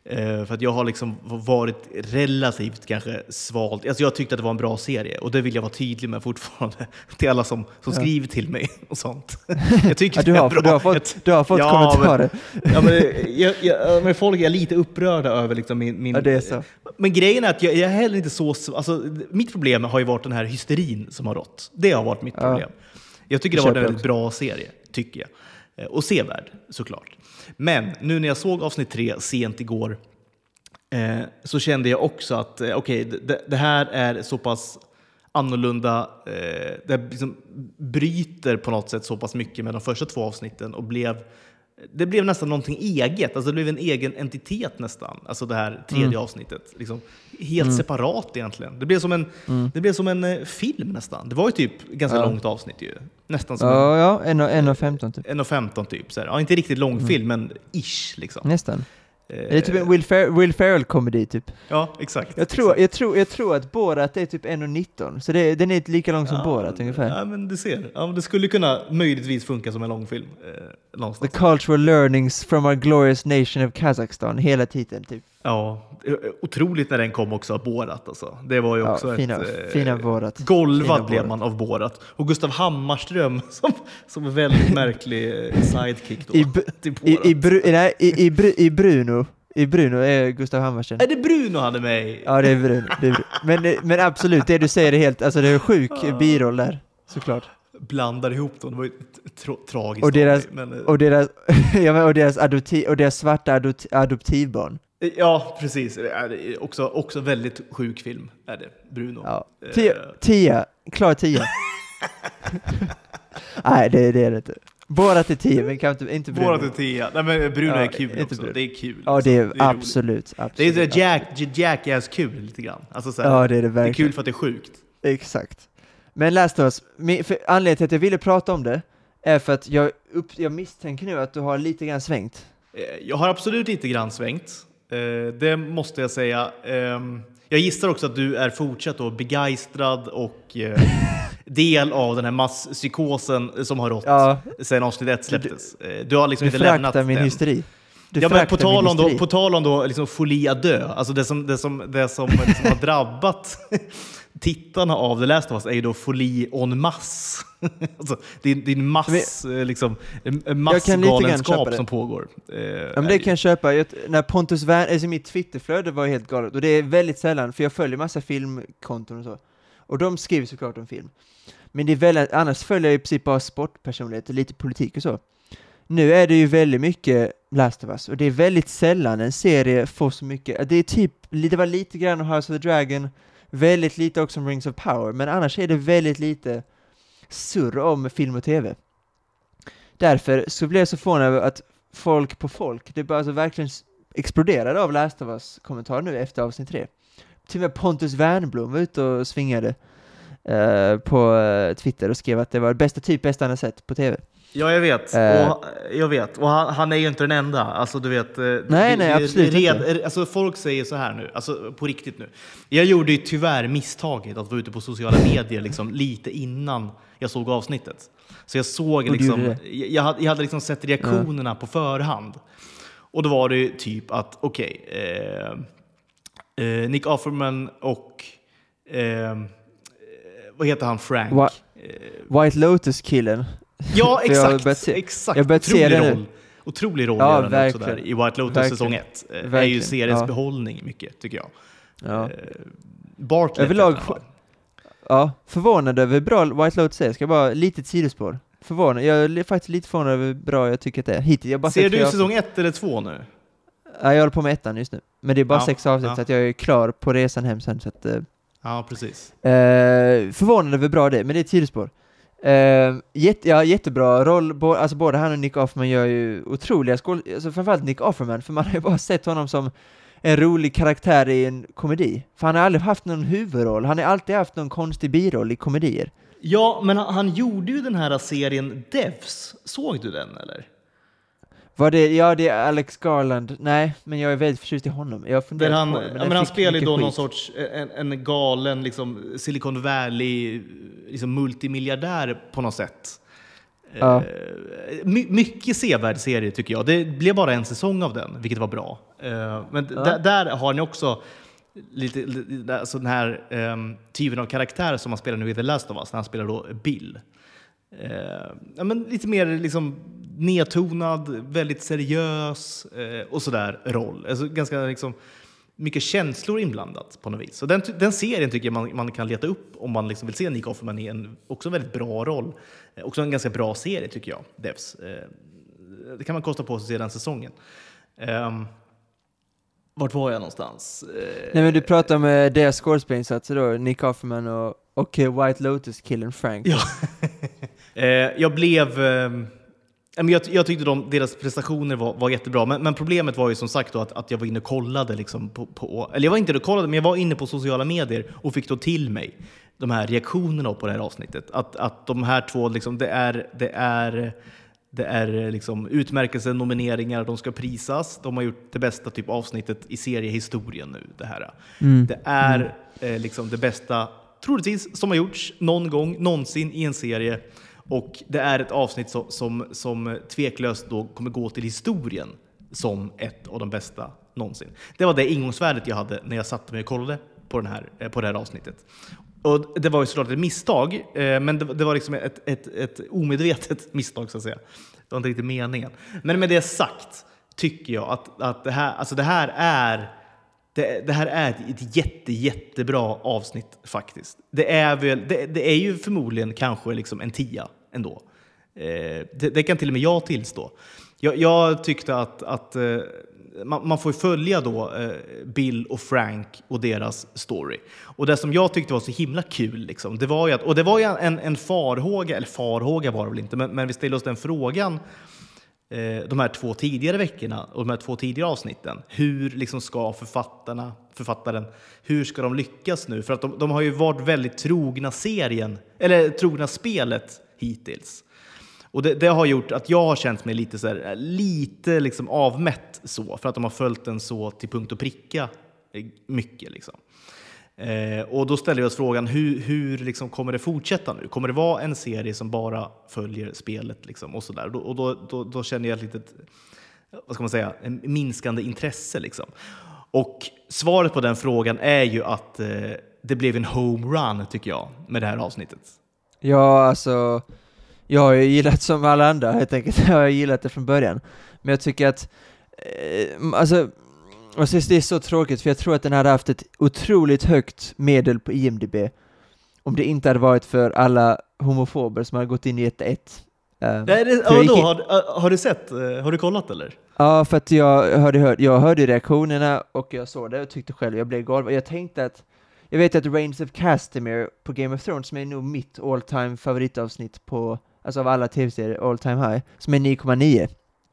Uh, för att jag har liksom varit relativt kanske svalt. Alltså jag tyckte att det var en bra serie och det vill jag vara tydlig med fortfarande till alla som, som ja. skriver till mig och sånt. Jag tycker ja, du, har, bra. Du har fått, du har fått ja, kommentarer. Men, ja, men, jag, jag, men folk är lite upprörda över liksom min... min ja, det är så. Men grejen är att jag, jag är heller inte så... Alltså, mitt problem har ju varit den här hysterin som har rått. Det har varit mitt ja. problem. Jag tycker det var en väldigt bra serie, tycker jag. Och sevärd, såklart. Men nu när jag såg avsnitt tre sent igår eh, så kände jag också att eh, okej, okay, det, det här är så pass annorlunda. Eh, det liksom bryter på något sätt så pass mycket med de första två avsnitten och blev, det blev nästan någonting eget. Alltså det blev en egen entitet nästan. Alltså det här tredje mm. avsnittet. Liksom, helt mm. separat egentligen. Det blev som en, mm. det blev som en eh, film nästan. Det var ju typ ganska ja. långt avsnitt ju. Nästan som ja, en, ja, en, en och femton typ. En och femton typ. Så här. Ja, inte riktigt lång mm. film, men ish liksom. Nästan. Det är typ en Will, Fer- Will Ferrell-komedi typ. Ja, exakt. Jag tror, exakt. Jag tror, jag tror att Borat är typ en och nitton. Så det, den är lika lång som ja, Borat ungefär. Ja, men du ser. Ja, men det skulle kunna möjligtvis funka som en långfilm. Eh, någonstans. The Cultural Learnings from Our Glorious Nation of Kazakhstan. Hela titeln typ. Ja, otroligt när den kom också av Borat. Alltså. Det var ju också ja, fina, ett... Eh, fina Borat. Golvad fina blev Borat. man av Borat. Och Gustav Hammarström som, som en väldigt märklig sidekick då. I, till Borat. I, i, bru, nej, i, i, bru, i Bruno. I Bruno är Gustav Hammarström. Är det Bruno han är med i? Ja, det är Bruno. Det är Bruno. Men, men absolut, det du säger är helt... Alltså det är en sjuk biroll där, såklart. Blandar ihop dem, det var ju tra- tragiskt. Och deras, men, och deras, ja, men, och deras, adopti, och deras svarta adopti, adoptivbarn. Ja, precis. Det är också, också väldigt sjuk film, är det. Bruno. Ja. Tia, tia. Klar tia. Nej, det, det är det inte. Borat är tio, men kan inte, inte Bruno. Borat är tio. Nej, men Bruno ja, är kul också. Bruno. Det är kul. Ja, det är, det är absolut, absolut. Det är det Jack, Jackass kul lite grann. Alltså, så här, ja, det är det verkligen. Det är kul för att det är sjukt. Exakt. Men Last of Us, för anledningen till att jag ville prata om det är för att jag, upp, jag misstänker nu att du har lite grann svängt. Jag har absolut lite grann svängt. Det måste jag säga. Jag gissar också att du är fortsatt och begeistrad och del av den här masspsykosen som har rått ja. sedan avsnitt ett släpptes. Du, du har liksom du inte lämnat min den. hysteri. Du ja, men på tal om då, på tal om då liksom folie à dö, alltså det som, det som, det som liksom har drabbat tittarna av The Last of Us är ju då folie en masse. Alltså, det, är, det är en mass, men, liksom, en massgalenskap som pågår. Ja, men det kan jag köpa. Jag, när Pontus Wern, alltså mitt Twitterflöde var helt galet. Och det är väldigt sällan, för jag följer massa filmkonton och så. Och de skriver såklart om film. Men det är väldigt, annars följer jag i princip bara sportpersonligheter, lite politik och så. Nu är det ju väldigt mycket Last of Us. Och det är väldigt sällan en serie får så mycket. Det är typ, det var lite grann om House of the Dragon. Väldigt lite också om Rings of Power. Men annars är det väldigt lite surr om film och tv. Därför så blev jag så förvånad över att folk på folk, det bara alltså verkligen exploderade av Last of Us-kommentarer nu efter avsnitt tre. Till och med Pontus Wernblom var ute och svingade uh, på uh, Twitter och skrev att det var det bästa typ bästa han har sett på tv. Ja, jag vet. Uh, och, jag vet. Och han, han är ju inte den enda. Alltså, du vet, nej, det, nej, absolut red, inte. Alltså, folk säger så här nu, alltså på riktigt nu. Jag gjorde ju tyvärr misstaget att vara ute på sociala medier liksom, lite innan jag såg avsnittet. Så jag såg liksom, jag hade, jag hade liksom sett reaktionerna ja. på förhand. Och då var det ju typ att, okej, okay, eh, eh, Nick Offerman och eh, vad heter han, Frank? Wha- White Lotus-killen. Ja, exakt. jag se, exakt. Jag Otrolig roll. Otrolig roll ja, gör också där. I White Lotus verkligen. säsong ett. Verkligen. Är ju seriens ja. behållning mycket, tycker jag. Ja. Eh, Bartlett. Överlag, ja, förvånad över hur bra White Lotus är. Ska bara lite sidospår. Förvånad. Jag är faktiskt lite förvånad över hur bra jag tycker att det är. Hittills, jag bara ser du säsong ett eller två nu? Ja, jag håller på med ettan just nu. Men det är bara ja, sex avsnitt ja. så att jag är klar på resan hem sen. Så att, eh, ja, precis. Eh, förvånad över hur bra det är, men det är ett sidospår. Uh, jätte, ja, jättebra roll, bo, alltså både han och Nick Offerman gör ju otroliga skål, alltså framförallt Nick Offerman, för man har ju bara sett honom som en rolig karaktär i en komedi, för han har aldrig haft någon huvudroll, han har alltid haft någon konstig biroll i komedier. Ja, men han, han gjorde ju den här serien Devs, såg du den eller? Var det, ja det är Alex Garland, nej, men jag är väldigt förtjust i honom. Jag Där han, det, men ja, men han spelar ju då skit. någon sorts, en, en galen liksom, Silicon Valley liksom multimiljardär på något sätt. Ja. My- mycket sevärd serie tycker jag. Det blev bara en säsong av den, vilket var bra. Uh, men Ja. d- där har ni också lite, lite alltså den här um, typen av karaktär som man spelar nu i The Last of Us, när han spelar då Bill. Uh, ja, men lite mer liksom nedtonad, väldigt seriös uh, och sådär roll. Alltså ganska liksom mycket känslor inblandat på något vis. Så den, den serien tycker jag man, man kan leta upp om man liksom vill se Nick Offerman i en också väldigt bra roll. Eh, också en ganska bra serie tycker jag, Devs. Eh, det kan man kosta på sig att se den säsongen. Eh, vart var jag någonstans? Eh, Nej, men du pratar om eh, deras skådespelarinsatser då, Nick Offerman och, och eh, White Lotus-killen Frank. Ja. eh, jag blev... Eh, Jag, jag tyckte de, deras prestationer var, var jättebra, men, men problemet var ju som sagt då att, att jag var inne och kollade liksom på, på, eller jag var inte inne och kollade, men jag var inne på sociala medier och fick då till mig de här reaktionerna på det här avsnittet. Att, att de här två, liksom, det är, det är, det är liksom utmärkelser, nomineringar, de ska prisas. De har gjort det bästa typ avsnittet i seriehistorien nu, det här. Mm. Det är mm. eh, liksom det bästa, troligtvis, som har gjorts någon gång, någonsin i en serie. Och det är ett avsnitt som, som, som tveklöst då kommer gå till historien som ett av de bästa någonsin. Det var det ingångsvärdet jag hade när jag satte mig och kollade på, den här, på det här avsnittet. Och det var ju såklart ett misstag, men det, det var liksom ett, ett, ett omedvetet misstag så att säga. Det var inte riktigt meningen. Men med det sagt tycker jag att, att det, här, alltså det här är... Det, det här är ett jätte, jättebra avsnitt faktiskt. Det är, väl, det, det är ju förmodligen kanske liksom en tia ändå. Eh, det, det kan till och med jag tillstå. Jag, jag tyckte att, att eh, man, man får följa då eh, Bill och Frank och deras story. Och det som jag tyckte var så himla kul, liksom, det var ju att, och det var ju en, en farhåga, eller farhåga var det väl inte, men, men vi ställde oss den frågan de här två tidigare veckorna och de här två tidigare avsnitten. Hur liksom ska författarna, författaren, hur ska de lyckas nu? För att de, de har ju varit väldigt trogna serien, eller trogna spelet hittills. Och det, det har gjort att jag har känt mig lite så här, lite liksom avmätt så, för att de har följt den så till punkt och pricka mycket liksom. Eh, och då ställer vi oss frågan, hur, hur liksom kommer det fortsätta nu? Kommer det vara en serie som bara följer spelet liksom, och sådär? Och då, då, då känner jag ett litet, vad ska man säga, en minskande intresse liksom. Och svaret på den frågan är ju att eh, det blev en home run tycker jag med det här avsnittet. Ja, alltså jag har ju gillat som alla andra helt enkelt. Jag har gillat det från början. Men jag tycker att eh, alltså och så det är så tråkigt, för jag tror att den hade haft ett otroligt högt medel på I M D B om det inte hade varit för alla homofober som hade gått in i ett ett. Um, Nej, det, ja, då, har, har du sett? Har du kollat eller? Ja, för att jag hörde, hörde, jag hörde reaktionerna och jag såg det och tyckte själv jag blev galen. Jag tänkte att, jag vet att Reigns of Castamere på Game of Thrones, som är nog mitt all time favoritavsnitt på, alltså av alla tv-serier, all time high, som är nio komma nio.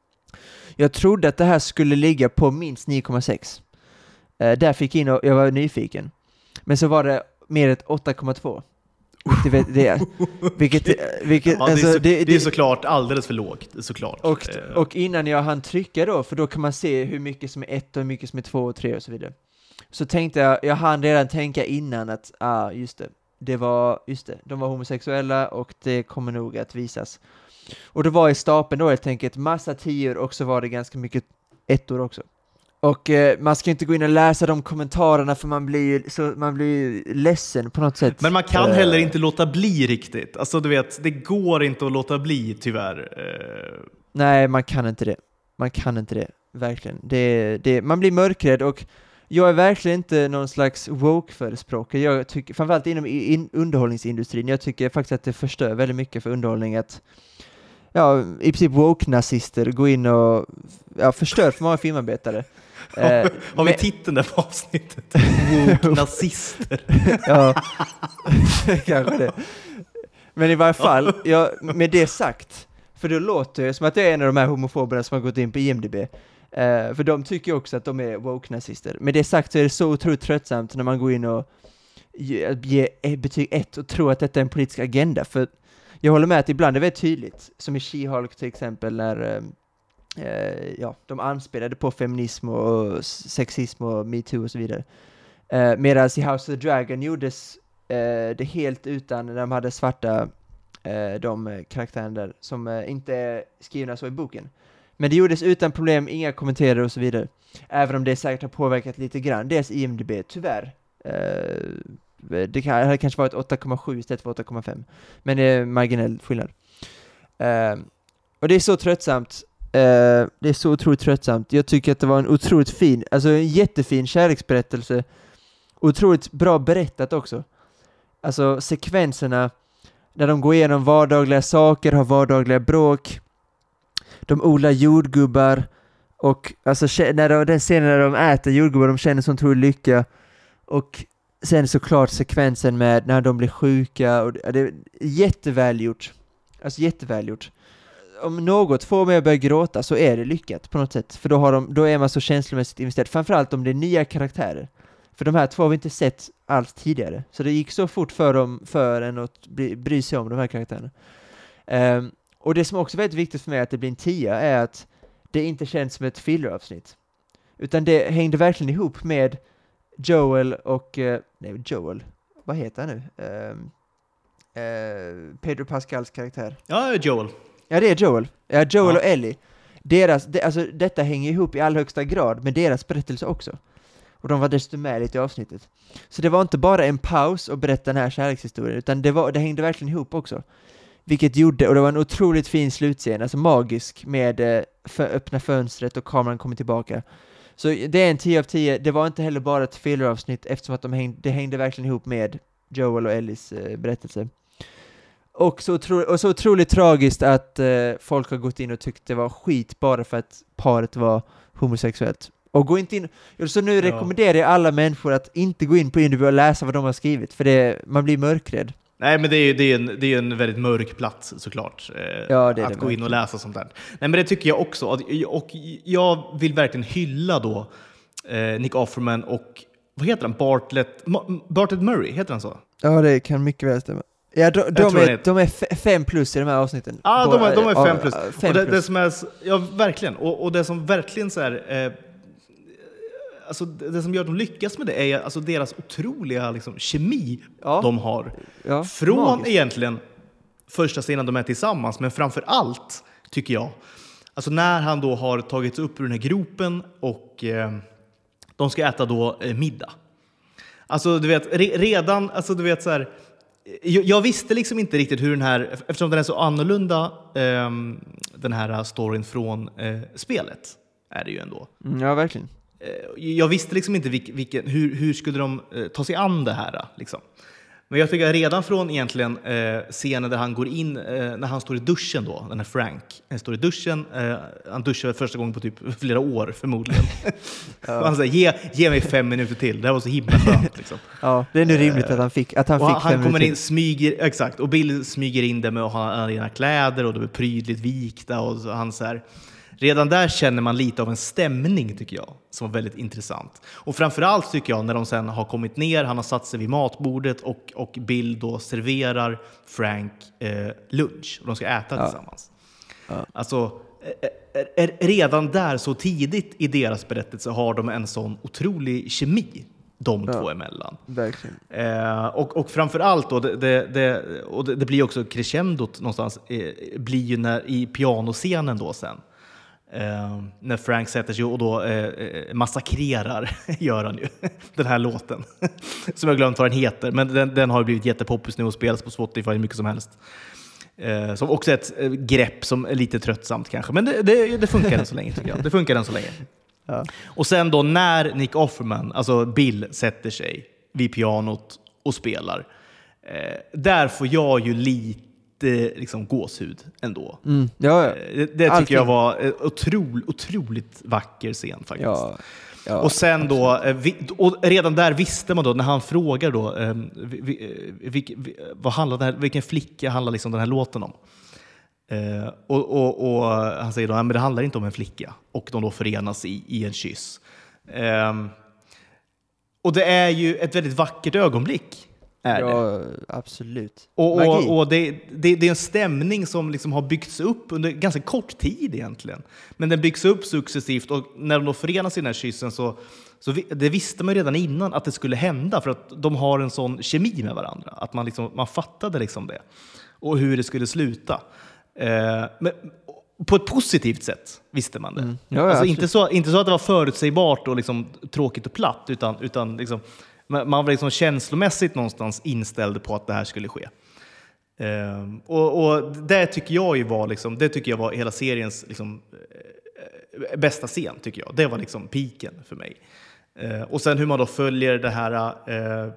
Jag trodde att det här skulle ligga på minst nio komma sex. Uh, där fick jag in och jag var nyfiken. Men så var det mer ett åtta komma två. Vilket, det, vilket, vilket, ja, alltså, det, är så, det, det är såklart alldeles för lågt, såklart. Och, och innan jag hann trycka då, för då kan man se hur mycket som är ett och hur mycket som är två och tre och så vidare. Så tänkte jag, jag hann redan tänka innan att, ah just det, det var, just det, de var homosexuella och det kommer nog att visas. Och då var i stapeln då helt enkelt massa tior och så var det ganska mycket ettor också. Och eh, man ska inte gå in och läsa de kommentarerna för man blir ju så, man blir ju ledsen på något sätt. Men man kan heller inte låta bli riktigt. Alltså du vet, det går inte att låta bli tyvärr. Uh... Nej, man kan inte det. Man kan inte det, verkligen. Det, det, man blir mörkrädd och jag är verkligen inte någon slags woke-förespråkare. Jag tycker, framförallt inom in, underhållningsindustrin, jag tycker faktiskt att det förstör väldigt mycket för underhållning att ja, i princip woke-nazister går in och ja, förstör för många filmarbetare. Eh, har vi titeln där på avsnittet? Woke-nazister. Ja, kanske det. Men i varje fall, ja, med det sagt, för då låter det som att jag är en av de här homofoberna som har gått in på I M D B. Eh, för de tycker också att de är woke-nazister. Med det sagt så är det så otroligt tröttsamt när man går in och ger ge betyg ett och tror att detta är en politisk agenda. För jag håller med att ibland är det väldigt tydligt, som i She-Hulk till exempel, när eh, ja, de anspelade på feminism och sexism och MeToo och så vidare. Eh, medan i House of the Dragon gjordes eh, det helt utan när de hade svarta eh, de karaktärerna där som eh, inte är skrivna så i boken. Men det gjordes utan problem, inga kommentarer och så vidare. Även om det säkert har påverkat lite grann. Deras I M D B, tyvärr. Eh, det kan, hade kanske varit åtta komma sju istället för åtta komma fem. Men det är marginell skillnad. Eh, och det är så tröttsamt. Eh, det är så otroligt tröttsamt. Jag tycker att det var en otroligt fin, alltså en jättefin kärleksberättelse. Otroligt bra berättat också. Alltså sekvenserna när de går igenom vardagliga saker, har vardagliga bråk. De odlar jordgubbar och alltså när de, den scenen när de äter jordgubbar, de känner sån otrolig lycka. Och sen såklart sekvensen med när de blir sjuka och det, det är jättevälgjort. Alltså jättevälgjort. Om något får mig att börja gråta så är det lyckat på något sätt. För då, har de, då är man så känslomässigt investerad. Framförallt om det är nya karaktärer. För de här två har vi inte sett alls tidigare. Så det gick så fort för dem för en att bry, bry sig om de här karaktärerna. Um, och det som också är väldigt viktigt för mig att det blir en tia är att det inte känns som ett filleravsnitt. Utan det hängde verkligen ihop med Joel och... Uh, nej, Joel. Vad heter han nu? Um, uh, Pedro Pascals karaktär. Ja, Joel. Ja, det är Joel. Ja, Joel ja. och Ellie. Deras, de, alltså, detta hänger ihop i allra högsta grad med deras berättelse också. Och de var desto med lite i avsnittet. Så det var inte bara en paus och berätta den här kärlekshistorien, utan det, var, det hängde verkligen ihop också. Vilket gjorde, och det var en otroligt fin slutscen, alltså magisk, med eh, för, öppna fönstret och kameran kommer tillbaka. Så det är en tio av tio. Det var inte heller bara ett filleravsnitt eftersom att de hängde, det hängde verkligen ihop med Joel och Ellies eh, berättelse. Och så, otro, och så otroligt tragiskt att eh, folk har gått in och tyckt det var skit bara för att paret var homosexuellt. Och gå inte in, så nu rekommenderar jag alla människor att inte gå in på I M D B och läsa vad de har skrivit, för det, man blir mörkrädd. Nej, men det är, det är, en, det är en väldigt mörk plats såklart, eh, ja, det är att det gå verkligen. in och läsa sånt där. Nej, men det tycker jag också. Och jag vill verkligen hylla då eh, Nick Offerman och, vad heter han? Bartlett, Bartlett Murray, heter han så? Ja, det kan mycket väl stämma. Ja, de, de, är, de är fem plus i de här avsnitten. Ja, ah, de, är, de är fem plus. Ja, fem och det, plus. det som är, ja, verkligen. Och, och det som verkligen så här... Eh, alltså det, det som gör att de lyckas med det är alltså deras otroliga liksom, kemi ja. de har. Ja, Från magiskt. Egentligen första scenen de är tillsammans, men framför allt tycker jag, alltså när han då har tagits upp ur den här gropen och eh, de ska äta då eh, middag. Alltså du vet, re, redan, alltså du vet så här, jag, jag visste liksom inte riktigt hur den här, eftersom den är så annorlunda, eh, den här storyn från eh, spelet är det ju ändå. Mm, ja, verkligen. Jag visste liksom inte vilken, vilken, hur, hur skulle de eh, ta sig an det här. Liksom. Men jag tycker redan från egentligen eh, scenen där han går in, eh, när han står i duschen då, den här Frank, han står i duschen, eh, han duschar första gången på typ flera år förmodligen. Ja. Han säger, ge, ge mig fem minuter till, det här var så himla skönt. Liksom. Ja, det är nu rimligt att han fick, att han fick han fem kommer minuter in, smyger, exakt, och Bill smyger in det med att ha rena kläder och de är prydligt vikta och så, han så här. Redan där känner man lite av en stämning tycker jag, som var väldigt intressant. Och framförallt tycker jag när de sen har kommit ner, han har satt sig vid matbordet och, och Bill då serverar Frank eh, lunch och de ska äta ja. tillsammans. Ja. Alltså, är, är, redan där så tidigt i deras berättelse har de en sån otrolig kemi, de ja. två emellan. Verkligen. Eh, och, och framförallt då, det, det, det, och det, det blir också crescendot någonstans, eh, blir ju när, i pianoscenen då sen. Uh, när Frank sätter sig och då uh, massakrerar gör han ju den här låten som jag glömt vad den heter, men den, den har blivit jättepoppis nu och spelas på Spotify hur mycket som helst. Uh, som också är ett uh, grepp som är lite tröttsamt kanske, men det, det, det funkar än så länge tycker jag. Det funkar än så länge. Ja. Och sen då när Nick Offerman, alltså Bill, sätter sig vid pianot och spelar, uh, där får jag ju lite liksom gåshud ändå. Mm. Ja, ja. Det, det tycker Allting. jag var en otro, otroligt vacker scen faktiskt. Ja, ja, och sen då, och redan där visste man då, när han frågar då, vilk, vad handlar det här, vilken flicka handlar liksom den här låten om? Och, och, och han säger då, nej men det handlar inte om en flicka. Och de då förenas i, i en kyss. Och det är ju ett väldigt vackert ögonblick. Är Ja, det. absolut. Och, Magi. och, och det, det, det är en stämning som liksom har byggts upp under ganska kort tid egentligen. Men den byggs upp successivt och när de då förenas i den här kyssen så, så vi, det visste man redan innan att det skulle hända för att de har en sån kemi med varandra. Att man, liksom, man fattade liksom det. Och hur det skulle sluta. Eh, men, på ett positivt sätt visste man det. Mm. Ja, alltså absolut. inte, så, inte så att det var förutsägbart och liksom tråkigt och platt, utan, utan liksom, man var liksom känslomässigt någonstans inställd på att det här skulle ske. Um, och, och det tycker jag ju var, liksom, det tycker jag var hela seriens liksom, eh, bästa scen, tycker jag. Det var liksom piken för mig. Uh, och sen hur man då följer det här uh,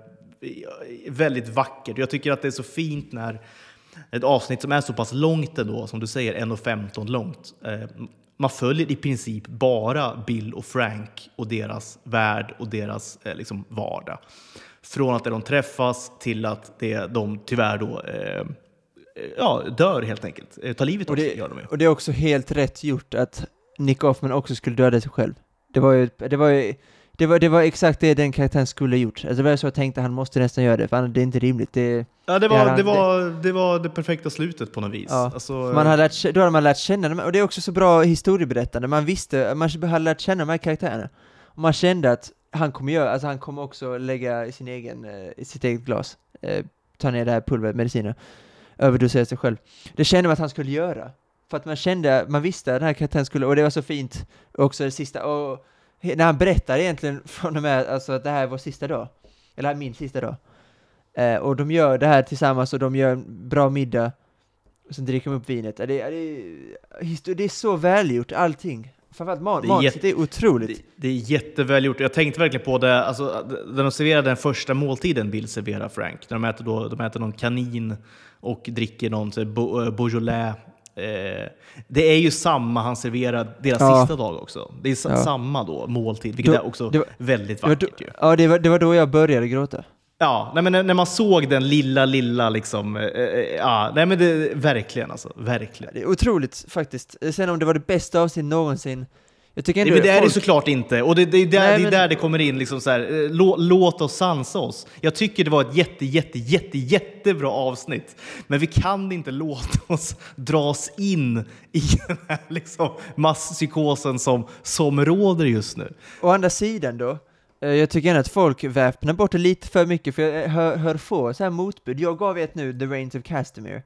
väldigt vackert. Jag tycker att det är så fint när ett avsnitt som är så pass långt ändå, som du säger, en och femton långt. Uh, man följer i princip bara Bill och Frank och deras värld och deras uh, liksom, vardag. Från att de träffas till att det, de tyvärr då eh, ja, dör helt enkelt. Eh, tar livet Och också, det, gör de ju. och det är också helt rätt gjort att Nick Offerman också skulle döda sig själv. Det var ju, det var ju, det var, det var exakt det den karaktären skulle ha gjort. Alltså det var så jag tänkte, han måste nästan göra det, för annars det är inte rimligt. Det, ja, det var det, han, det, var, det var det perfekta slutet på något vis. Ja, alltså, man hade lärt, då hade man lärt känna dem, och det är också så bra historieberättande. Man visste, man hade lärt känna de här karaktärerna. Och man kände att han kommer göra, alltså han kommer också lägga i sin egen, i sitt eget glas, eh, ta ner det här pulvret, mediciner, överdosera sig själv. Det kände man att han skulle göra. För att man kände, man visste att den här karaktären skulle, och det var så fint också det sista, och när han berättar egentligen från och med, alltså att det här är vår sista dag, eller min sista dag, eh, och de gör det här tillsammans och de gör en bra middag och sen dricker de upp vinet. Det, det, det, det är så välgjort, allting. Framförallt man, det, är jätte, det är otroligt. Det, det är jätteväl gjort. Jag tänkte verkligen på det, alltså, när de serverade den första måltiden Bill serverar Frank. När de äter, då, de äter någon kanin och dricker någon så, bo, Beaujolais. Eh, det är ju samma han serverar deras Ja. sista dag också. Det är sa- Ja. samma då, måltid, vilket Då, är också det var, väldigt det var vackert. då, Ju. ja, det var, det var då jag började gråta. Ja, nej, men när, när man såg den lilla, lilla liksom, eh, eh, ja, nej men det, verkligen alltså, verkligen. Det är otroligt faktiskt. Sen om det var det bästa avsnitt någonsin, jag tycker ändå Nej, men det är folk... det såklart inte. Och det, det, det, Nej, det är men- där det kommer in. Liksom så här, eh, lå, låt oss sansa oss. Jag tycker det var ett jätte, jätte, jätte, jättebra avsnitt. Men vi kan inte låta oss dras in i den här liksom, masspsykosen som, som råder just nu. Å andra sidan då, eh, jag tycker ändå att folk väpnar bort det lite för mycket, för jag hör, hör få så här motbud. Jag gav ett nu, The Reigns of Castamere,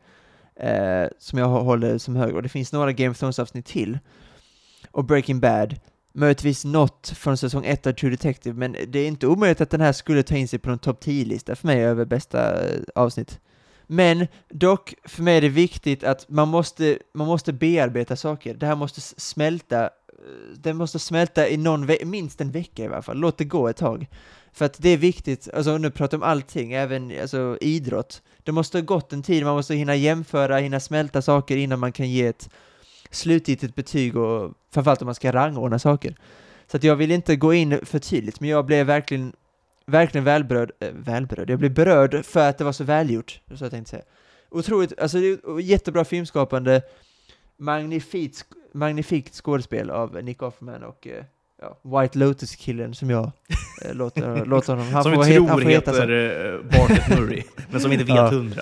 eh, som jag håller som hög, och det finns några Game of Thrones-avsnitt till. Och Breaking Bad, möjligtvis något från säsong ett av True Detective, men det är inte omöjligt att den här skulle ta in sig på en topp tio-lista för mig över bästa eh, avsnitt. Men dock, för mig är det viktigt att man måste, man måste bearbeta saker. Det här måste s- smälta, eh, det måste smälta i någon ve- minst en vecka i alla fall. Låt det gå ett tag. För att det är viktigt, alltså nu pratar jag om allting, även alltså, idrott. Det måste ha gått en tid, man måste hinna jämföra, hinna smälta saker innan man kan ge ett slutgiltigt betyg, och framförallt om man ska rangordna saker. Så att jag vill inte gå in för tydligt, men jag blev verkligen verkligen välberörd, äh, välberörd. Jag blev berörd för att det var så välgjort, så jag tänkte säga. Otroligt, alltså det är jättebra filmskapande, magnifikt, sk- magnifikt skådespel av Nick Offerman och eh, ja, White Lotus-killen som jag eh, låter, låter honom. Han som får, vi het, tror han får heta så. heter uh, Bartlett Murray, men som inte vet Ja. hundra.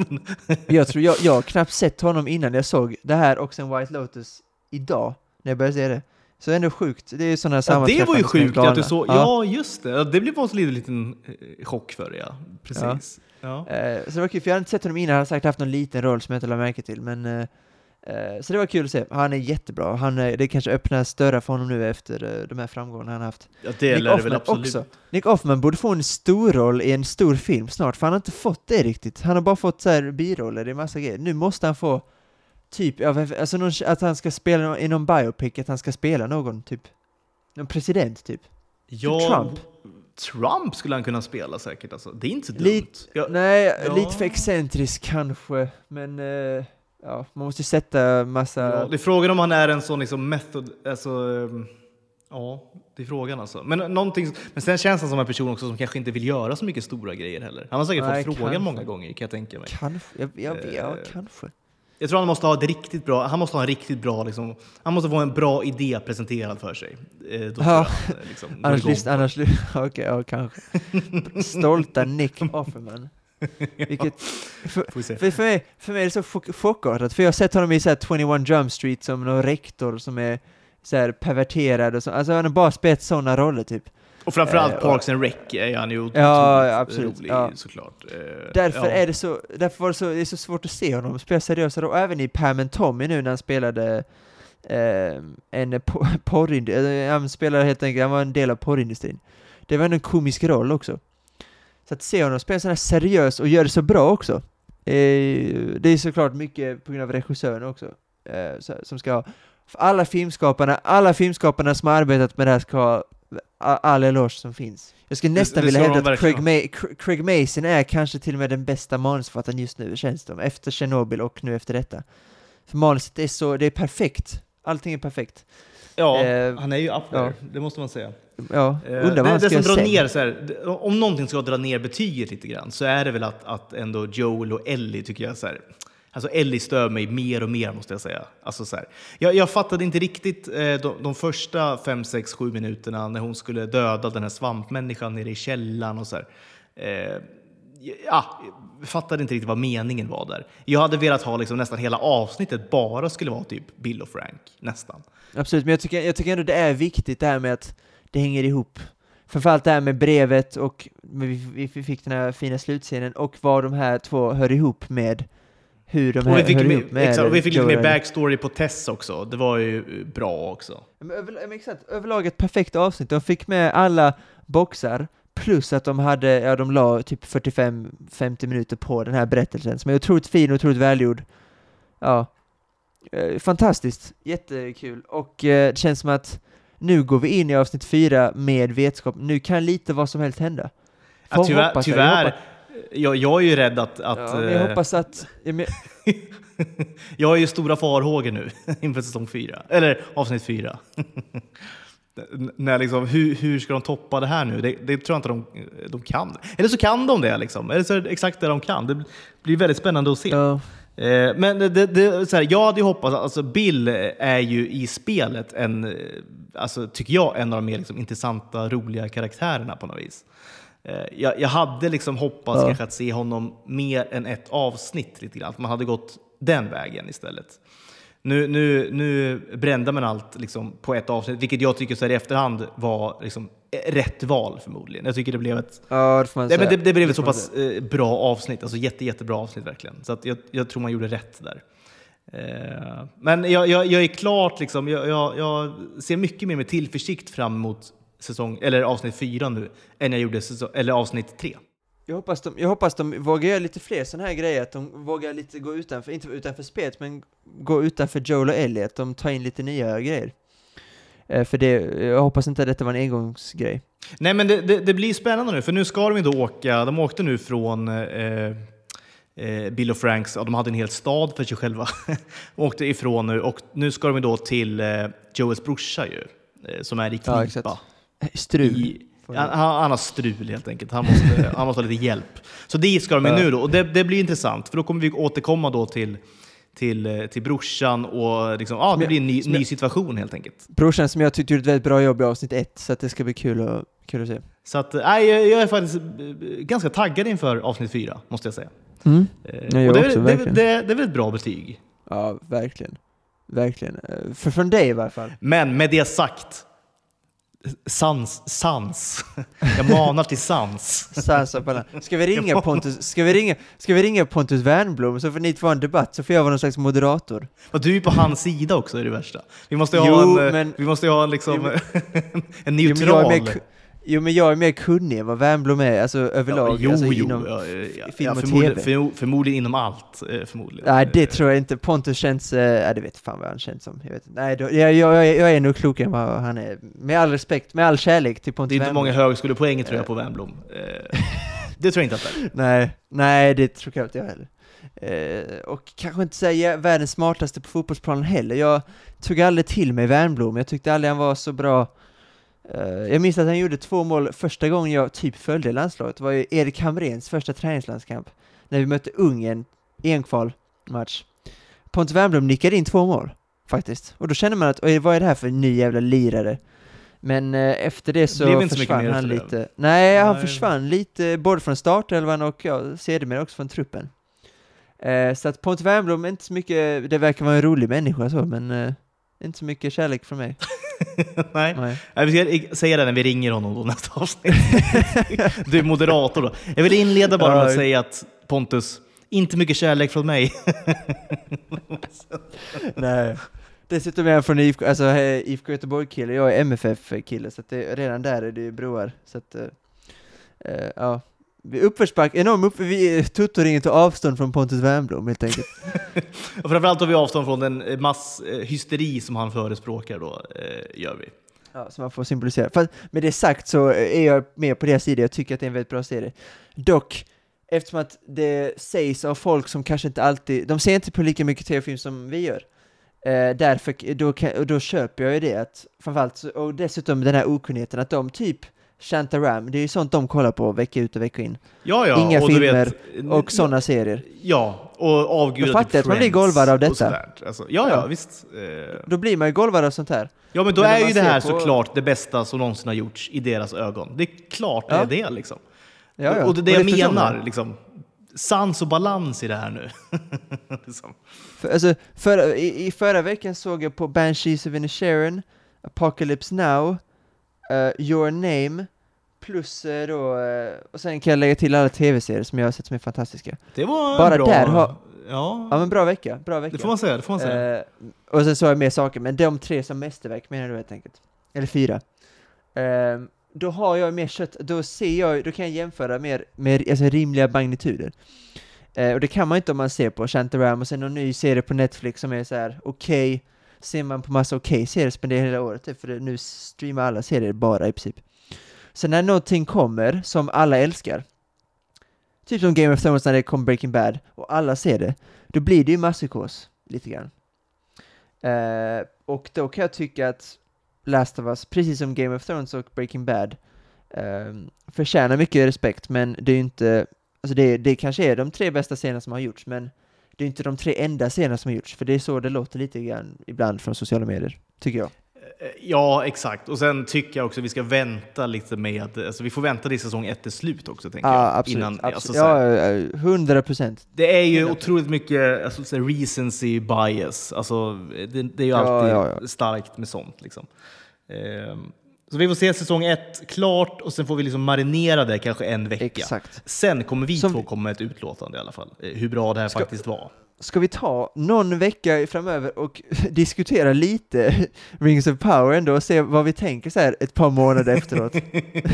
Jag tror, jag, jag har knappt sett honom innan jag såg det här och sen White Lotus idag, när jag började se det. Så det är ändå sjukt. Det är sådana Ja, sammanträffanden det var ju som är sjukt galna. att du så, ja. just det. Ja, det blev bara en liten, liten eh, chock för det, ja. Precis. Ja. Eh, så det var kul, för jag hade inte sett honom innan, han hade säkert haft någon liten roll som jag inte lade märke till, men eh, eh, så det var kul att se. Han är jättebra, han, är, det kanske öppnar dörrar för honom nu efter eh, de här framgångarna han har haft. Ja, det Nick lär det väl Offerman absolut. också. Nick Offerman borde få en stor roll i en stor film snart, för han har inte fått det riktigt. Han har bara fått så här biroller, det är massa grejer. Nu måste han få typ, ja, alltså någon, att han ska spela i någon biopic, att han ska spela någon typ, någon president typ. Ja, Trump. Trump skulle han kunna spela säkert. Alltså. Det är inte så dumt. Lite, Ja. nej, Ja. lite för excentrisk kanske, men eh, ja, man måste sätta massa... Ja, det är frågan om han är en sån liksom method, alltså, um, ja, det är frågan alltså. Men, någonting, men sen känns han som en person också som kanske inte vill göra så mycket stora grejer heller. Han har säkert Nej, fått frågan kanske. många gånger, kan jag tänka mig. Kanske, jag, jag, vet, ja, Eh, kanske. Jag tror han måste ha ett riktigt bra, han måste ha en riktigt bra, liksom, han måste få en bra idé presenterad för sig. Eh, då tror Ja. jag han, liksom, går Annars igång lyssnar, på det. annars lyssnar, okej, ja, kanske. Stolta Nick Offerman. Vilket, för, för, för, mig, för mig är det så chock- chockartat, för jag har sett honom i så här tjugoett Jump Street som någon rektor som är så här perverterad och så. Alltså han har bara spelat sådana roller typ. Och framförallt eh, Parks and Rec är han ju otroligt ja, absolut, rolig ja. såklart. Eh, därför ja. är det så därför var det så, det är så svårt att se honom spela seriösa roller, och även i Pam and Tommy nu när han spelade eh, en porrindustri, han spelade helt enkelt, han var en del av porrindustrin. Det var en komisk roll också. Så att se honom spela så här seriös och göra det så bra också. Eh, det är såklart mycket på grund av regissören också. Eh, så, som ska ha, för alla filmskaparna, alla filmskaparna som har arbetat med det här ska ha all eloge som finns. Jag skulle nästan det, det vilja hävda att Craig, verkligen. Ma- Craig Mason är kanske till och med den bästa manusförfattaren just nu, känns det, efter Chernobyl och nu efter detta. För manuset är så, det är perfekt. Allting är perfekt. Ja, Eh, han är ju up there, ja. det måste man säga. Ja, Eh, undrar det, vad han det ska som drar sen. ner, så här, om någonting ska dra ner betyget lite grann, så är det väl att, att ändå Joel och Ellie tycker jag så här, alltså Ellie stör mig mer och mer måste jag säga. Alltså så här, jag, jag fattade inte riktigt eh, de, de första fem, sex, sju minuterna när hon skulle döda den här svampmänniskan nere i källaren och så här. Eh, ja, jag fattade inte riktigt vad meningen var där. Jag hade velat ha liksom nästan hela avsnittet bara skulle vara typ Bill och Frank, nästan. Absolut, men jag tycker, jag tycker ändå det är viktigt det här med att det hänger ihop. Framförallt det här med brevet och vi, vi fick den här fina slutscenen och vad de här två hör ihop med hur de här och vi fick, hör med, ihop med exakt, och vi fick lite Joel. mer backstory på Tess också. Det var ju bra också. Men över, men exakt, överlag ett perfekt avsnitt. De fick med alla boxar plus att de hade, ja de la typ fyrtiofem till femtio minuter på den här berättelsen som är otroligt fin och otroligt välgjord. Ja, eh, fantastiskt, jättekul. Och eh, det känns som att nu går vi in i avsnitt fyra med vetskap. Nu kan lite vad som helst hända. Ja, tyvärr, hoppas, tyvärr jag, jag, jag är ju rädd att... att ja, men jag hoppas att... Ja, men... jag har ju stora farhågor nu inför säsong fyra. Eller avsnitt fyra. När liksom, hur, hur ska de toppa det här nu? Det, det tror jag inte de, de kan. Eller så kan de det liksom. Eller så är det exakt det de kan. Det blir väldigt spännande att se. Ja. Eh, men det, det, så här, jag hade ju hoppats, alltså Bill är ju i spelet en, alltså, tycker jag, en av de mer liksom, intressanta, roliga karaktärerna på något vis. Eh, jag, jag hade liksom hoppats Ja. kanske att se honom mer än ett avsnitt lite grann. Att man hade gått den vägen istället. Nu, nu, nu brände man allt liksom, på ett avsnitt, vilket jag tycker så här, i efterhand var liksom, rätt val förmodligen. Jag tycker det blev ett, Ja, det får man det, säga. det, det blev Det ett så får man pass eh, bra avsnitt, alltså jätte, jättebra avsnitt verkligen. Så att jag, jag tror man gjorde rätt där. Eh, men jag, jag, jag är klart, liksom, jag, jag, jag ser mycket mer med tillförsikt fram emot säsong, eller avsnitt fyra nu än jag gjorde säsong, eller avsnitt tre. Jag hoppas, de, jag hoppas de vågar göra lite fler sådana här grejer, att de vågar lite gå utanför, inte utanför spelet, men gå utanför Joel och Ellie, att de tar in lite nya grejer. Eh, för det, jag hoppas inte att detta var en engångsgrej. Nej, men det, det, det blir spännande nu, för nu ska de ju då åka, de åkte nu från eh, eh, Bill och Franks, ja, de hade en hel stad för sig själva, åkte ifrån nu, och nu ska de ju då till eh, Joels brorsa ju, eh, som är i knipa. Ja, exakt. Strul. I, han, han har strul helt enkelt. Han måste, han måste ha lite hjälp. Så dit ska de Ja. nu då. Och det, det blir intressant. För då kommer vi återkomma då till, till, till brorsan. Och liksom, ja, det blir en ny, jag- ny situation helt enkelt. Brorsan som jag tyckte gjorde ett väldigt bra jobb i avsnitt ett, så att det ska bli kul att, kul att se. Så att, nej, jag jag är faktiskt eh, ganska taggad inför avsnitt fyra, måste jag säga. Mm. Eh, Ja, jag och det, är också, väl- det, verkligen. det, det är väl ett bra betyg. Ja, verkligen. Verkligen. Eh, För från dig i varje fall. Men med det sagt, sans, sans. Jag manar till sans. Sansa på den. Ska vi ringa Pontus, ska vi ringa, ska vi ringa Pontus Wernbloom så får ni två en debatt, så får jag vara någon slags moderator. Och du är på hans sida också, är det värsta. Vi måste ju Jo, ha en, eh, men- vi måste ju ha en, liksom, Jo, en Jo, men jag är neutral... mer, ku- jo, men jag är mer kunnig än vad Wernbloom är, alltså överlag. Ja, jo, alltså, jo. inom ja, ja, film ja, och förmodligen, tv. för, förmodligen inom allt. eh, Förmodligen. Nej, det tror jag inte. Pontus känns... Äh, det vet fan vad han känns som. Jag vet inte. Nej, då, jag, jag, jag är nog klokare än vad han är. Med all respekt, med all kärlek till Pontus Det är inte Wernbloom. många högskolepoäng tror jag på Wernbloom. Eh, Det tror jag inte att det är. Nej, nej, det tror jag inte jag heller. Eh, och kanske inte säga världens smartaste på fotbollsplanen heller. Jag tog aldrig till mig Wernbloom. Jag tyckte aldrig han var så bra. Eh, jag minns att han gjorde två mål första gången jag typ följde landslaget. Det var ju Erik Hamrens första träningslandskamp. När vi mötte Ungern i en kvalmatch. Pontus Wernbloom nickade in två mål, faktiskt. Och då känner man att, oj, vad är det här för ny jävla lirare? Men eh, efter det så Blev inte så mycket försvann mer han efter lite. Nej, han Nej. försvann lite både från startelvan och ja, sedermera också från truppen. Eh, så att Pontus Wernbloom är inte så mycket, det verkar vara en rolig människa så, men eh, inte så mycket kärlek från mig. Nej. Nej. Jag vill säga det när vi ringer honom då nästa avsnitt. Du är moderator då. Jag vill inleda bara med att säga att Pontus, inte mycket kärlek från mig. Nej. Dessutom är jag från I F K, alltså I F K Göteborg-kille, jag är M F F-kille, så att det, redan där är det ju broar. Så att, uh, uh, ja. Vi uppförsback, enorm upp, vi tuttoringen till avstånd från Pontus Wernbloom helt enkelt. Och framförallt har vi avstånd från den masshysteri som han förespråkar då, eh, gör vi. Ja, som man får symbolisera. Fast med det sagt så är jag med på deras sida, jag tycker att det är en väldigt bra serie. Dock, eftersom att det sägs av folk som kanske inte alltid, de ser inte på lika mycket tv-film som vi gör. Eh, därför, då, kan, då köper jag ju det att, framförallt, och dessutom den här okunnigheten att de typ Shantaram, det är ju sånt de kollar på vecka ut och vecka in. Ja, ja, Inga och filmer vet, och sådana serier. Ja, och avgudar då fattar jag att man blir golvad av detta. Alltså, ja, ja, ja, visst. Eh. Då blir man ju golvad av sånt här. Ja, men då men är ju det här på... såklart det bästa som någonsin har gjorts i deras ögon. Det är klart det ja. är det liksom. Ja, ja. Och det, det och jag menar, liksom, sans och balans i det här nu. liksom. För, alltså, för, i, i förra veckan såg jag på Banshees of Inisherin, Apocalypse Now, uh, Your Name, plus uh, då, uh, och sen kan jag lägga till alla tv-serier som jag har sett som är fantastiska. Det var bara bra. Där har, ja. ja, men bra vecka, bra vecka. Det får man säga, det får man säga. Uh, och sen såg jag mer saker, men de tre som mästerverk menar du helt enkelt. Eller fyra. Uh, då har jag mer kött, då ser jag, då kan jag jämföra mer med alltså, rimliga magnituder. Uh, och det kan man inte om man ser på Shantaram och sen någon ny serie på Netflix som är så här okej, okay, ser man på massa okej okay serier spenderar hela året, typ, för det, nu streamar alla serier bara i princip. Så när någonting kommer som alla älskar, typ som Game of Thrones när det kom Breaking Bad och alla ser det, då blir det ju masspsykos lite grann. Uh, och då kan jag tycka att Last of Us, precis som Game of Thrones och Breaking Bad, uh, förtjänar mycket respekt, men det är ju inte, alltså det, det kanske är de tre bästa scenerna som har gjorts, men det är inte de tre enda scenerna som har gjorts, för det är så det låter lite grann ibland från sociala medier, tycker jag. Ja, exakt. Och sen tycker jag också att vi ska vänta lite med, alltså vi får vänta till säsong ett till slut också, tänker ja, jag. Absolut, Innan, absolut. alltså, ja, hundra procent. Det är ju hundra procent. Otroligt mycket alltså, så recency bias. Alltså, det, det är ju alltid ja, ja, ja. starkt med sånt. Liksom. Ehm, så vi får se säsong ett klart och sen får vi liksom marinera det kanske en vecka. Exakt. Sen kommer vi Som... två komma med ett utlåtande i alla fall. Hur bra det här ska... faktiskt var. Ska vi ta någon vecka framöver och diskutera lite Rings of Power ändå och se vad vi tänker så här ett par månader efteråt? ja,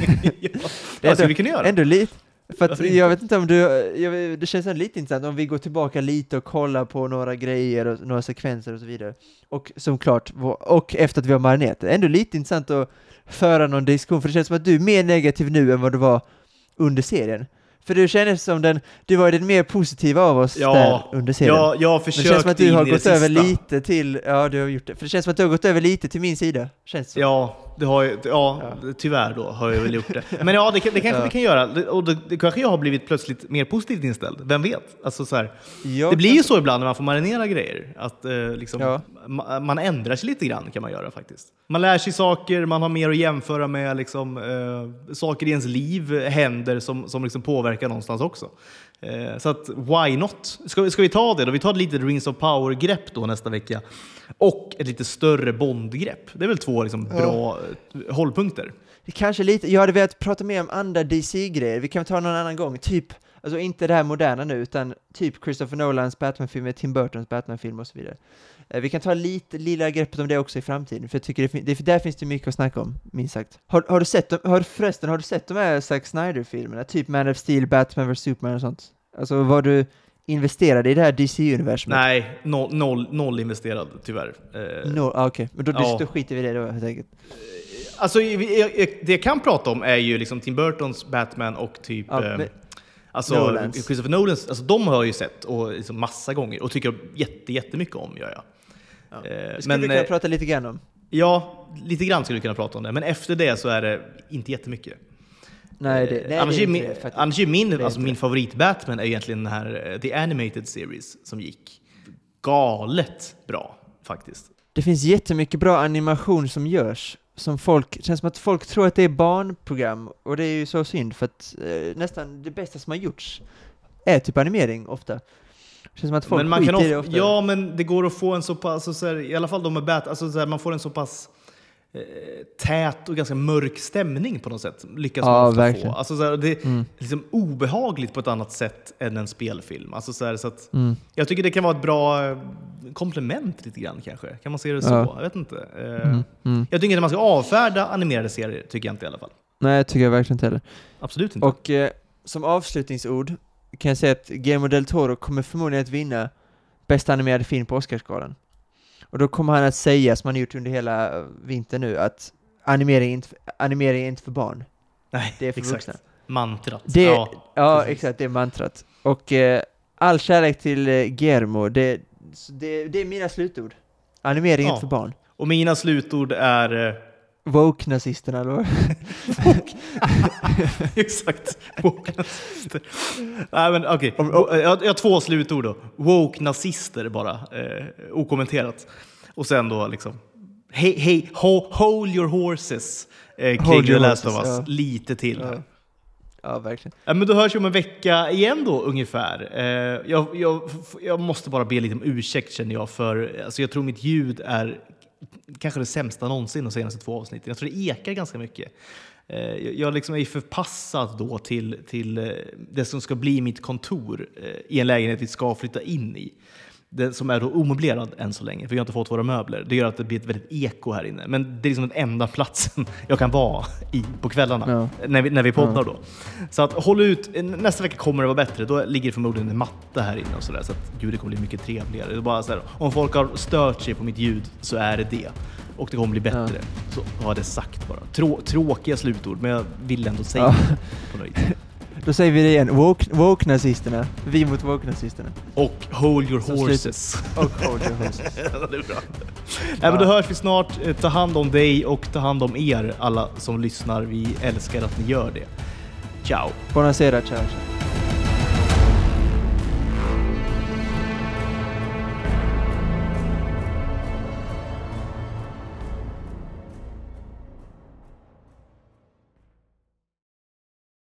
det är ändå, vi kan göra. Ändå lite, för att jag vet inte om du, jag, det känns lite intressant om vi går tillbaka lite och kollar på några grejer och några sekvenser och så vidare. Och som klart, och efter att vi har marinerat det, ändå lite intressant att föra någon diskussion, för det känns som att du är mer negativ nu än vad du var under serien. För du känns som den, du var den mer positiva av oss ja, där under serien. Ja, jag försökte. Det känns som att du har gått över sista. lite till, ja du har gjort det. För det känns som att du har gått över lite till min sida. Känns det. Ja, det har jag, ja, ja, tyvärr då har jag väl gjort det. Men ja, det, det kanske ja. vi kan göra. Och det, det kanske jag har blivit plötsligt mer positivt inställd. Vem vet? Alltså så här, det blir kan... ju så ibland när man får marinera grejer. Att eh, liksom, ja. ma- man ändrar sig lite grann kan man göra faktiskt. Man lär sig saker, man har mer att jämföra med. Liksom, eh, saker i ens liv händer som, som liksom påverkar någonstans också. Eh, så att why not? Ska, ska vi ta det då? Vi tar ett litet Rings of Power-grepp då nästa vecka. Och ett lite större Bond-grepp. Det är väl två liksom bra ja. hållpunkter. Det kanske lite, jag hade velat prata mer om andra D C-grejer. Vi kan ta någon annan gång. Typ, alltså inte det här moderna nu, utan typ Christopher Nolans Batman-film, Tim Burtons Batman-film och så vidare. Vi kan ta lite lilla greppet om det också i framtiden. För jag tycker det, det, där finns det mycket att snacka om, minst sagt. Har, har du sett har, förresten, har du sett de här Zack Snyder-filmerna? Typ Man of Steel, Batman versus Superman och sånt? Alltså var du investerade i det här D C-universumet? Nej, noll, noll, noll investerad tyvärr. Eh, no, ah, Okej, okay. Men då, ja. då skiter vi i det då helt enkelt. Alltså, det jag kan prata om är ju liksom Tim Burtons Batman och typ... Ja, men, alltså, Nolans. Christopher Nolans, alltså de har jag ju sett och liksom massa gånger och tycker jätte, jättemycket om, gör jag. Ja. Eh, skulle men, du kunna prata lite grann om? Ja, lite grann skulle du kunna prata om det. Men efter det så är det inte jättemycket. Nej, det, nej, annars det är min, det, annars är min, alltså min favorit Batman är egentligen den här The Animated Series som gick galet bra faktiskt. Det finns jättemycket bra animation som görs som folk, känns som att folk tror att det är barnprogram, och det är ju så synd för att eh, nästan det bästa som har gjorts är typ animering ofta. Känns som att folk men man kan skiter i of- det ofta. Ja, men det går att få en så pass, alltså, så här, i alla fall de med bat, alltså, så här, man får en så pass eh, tät och ganska mörk stämning på något sätt. Lyckas Ja, man ofta verkligen. få. Alltså, så här, det är Mm. liksom obehagligt på ett annat sätt än en spelfilm. Alltså, så här, så att, Mm. jag tycker det kan vara ett bra eh, komplement lite grann kanske. Kan man se det så? Ja. Jag vet inte. Eh, Mm. Mm. Jag tycker inte man ska avfärda animerade serier, tycker jag inte i alla fall. Nej, jag tycker jag verkligen inte heller. Absolut inte. Och eh, som avslutningsord kan jag säga att Guillermo del Toro kommer förmodligen att vinna bästa animerade film på Oscarsgalan. Och då kommer han att säga, som han gjort under hela eh, vintern nu, att animering är inte, animering är inte för barn. Nej, Det är för exakt. vuxna. Mantrat. Det, ja, ja, precis. exakt, det är mantrat. Och eh, all kärlek till eh, Guillermo, det, det, det är mina slutord. Animering är Ja. inte för barn. Och mina slutord är... eh, Woke-nazisterna, eller vad? Exakt. Woke-nazister. Nej, men okej. Om- Jag, jag har två slutord då. Woke-nazister bara. Eh, okommenterat. Och sen då liksom... Hey, hey, ho, hold your horses. Eh, Hold King your The Last of horses, Us. ja. Lite till här. Ja. Ja, verkligen. Ja, men då hörs vi om en vecka igen då ungefär. Eh, jag, jag, jag måste bara be lite om ursäkt känner jag för alltså jag tror mitt ljud är kanske det sämsta någonsin de senaste två avsnitten. Jag tror det ekar ganska mycket. Eh, jag jag liksom är förpassad då till, till eh, det som ska bli mitt kontor eh, i en lägenhet vi ska flytta in i. Det som är då omöblerad än så länge, för vi har inte fått våra möbler. Det gör att det blir ett väldigt eko här inne. Men det är liksom den enda platsen jag kan vara i på kvällarna, Ja. när vi, när vi poddar Ja. då. Så att håll ut, nästa vecka kommer det vara bättre. Då ligger det förmodligen en matta här inne och sådär. Så att ljudet kommer bli mycket trevligare. Det är bara så här, om folk har stört sig på mitt ljud så är det det. Och det kommer bli bättre. Ja. Så har det sagt bara. Trå, tråkiga slutord, men jag vill ändå säga Ja. det på något vis. Då säger vi det igen. Woke, woke-nazisterna. Vi mot woke-nazisterna. Och hold your Så horses. Och hold your horses. Ja, det är bra. Nej, men då hörs vi snart. Eh, Ta hand om dig och ta hand om er, alla som lyssnar. Vi älskar att ni gör det. Ciao! Buonasera, ciao, ciao.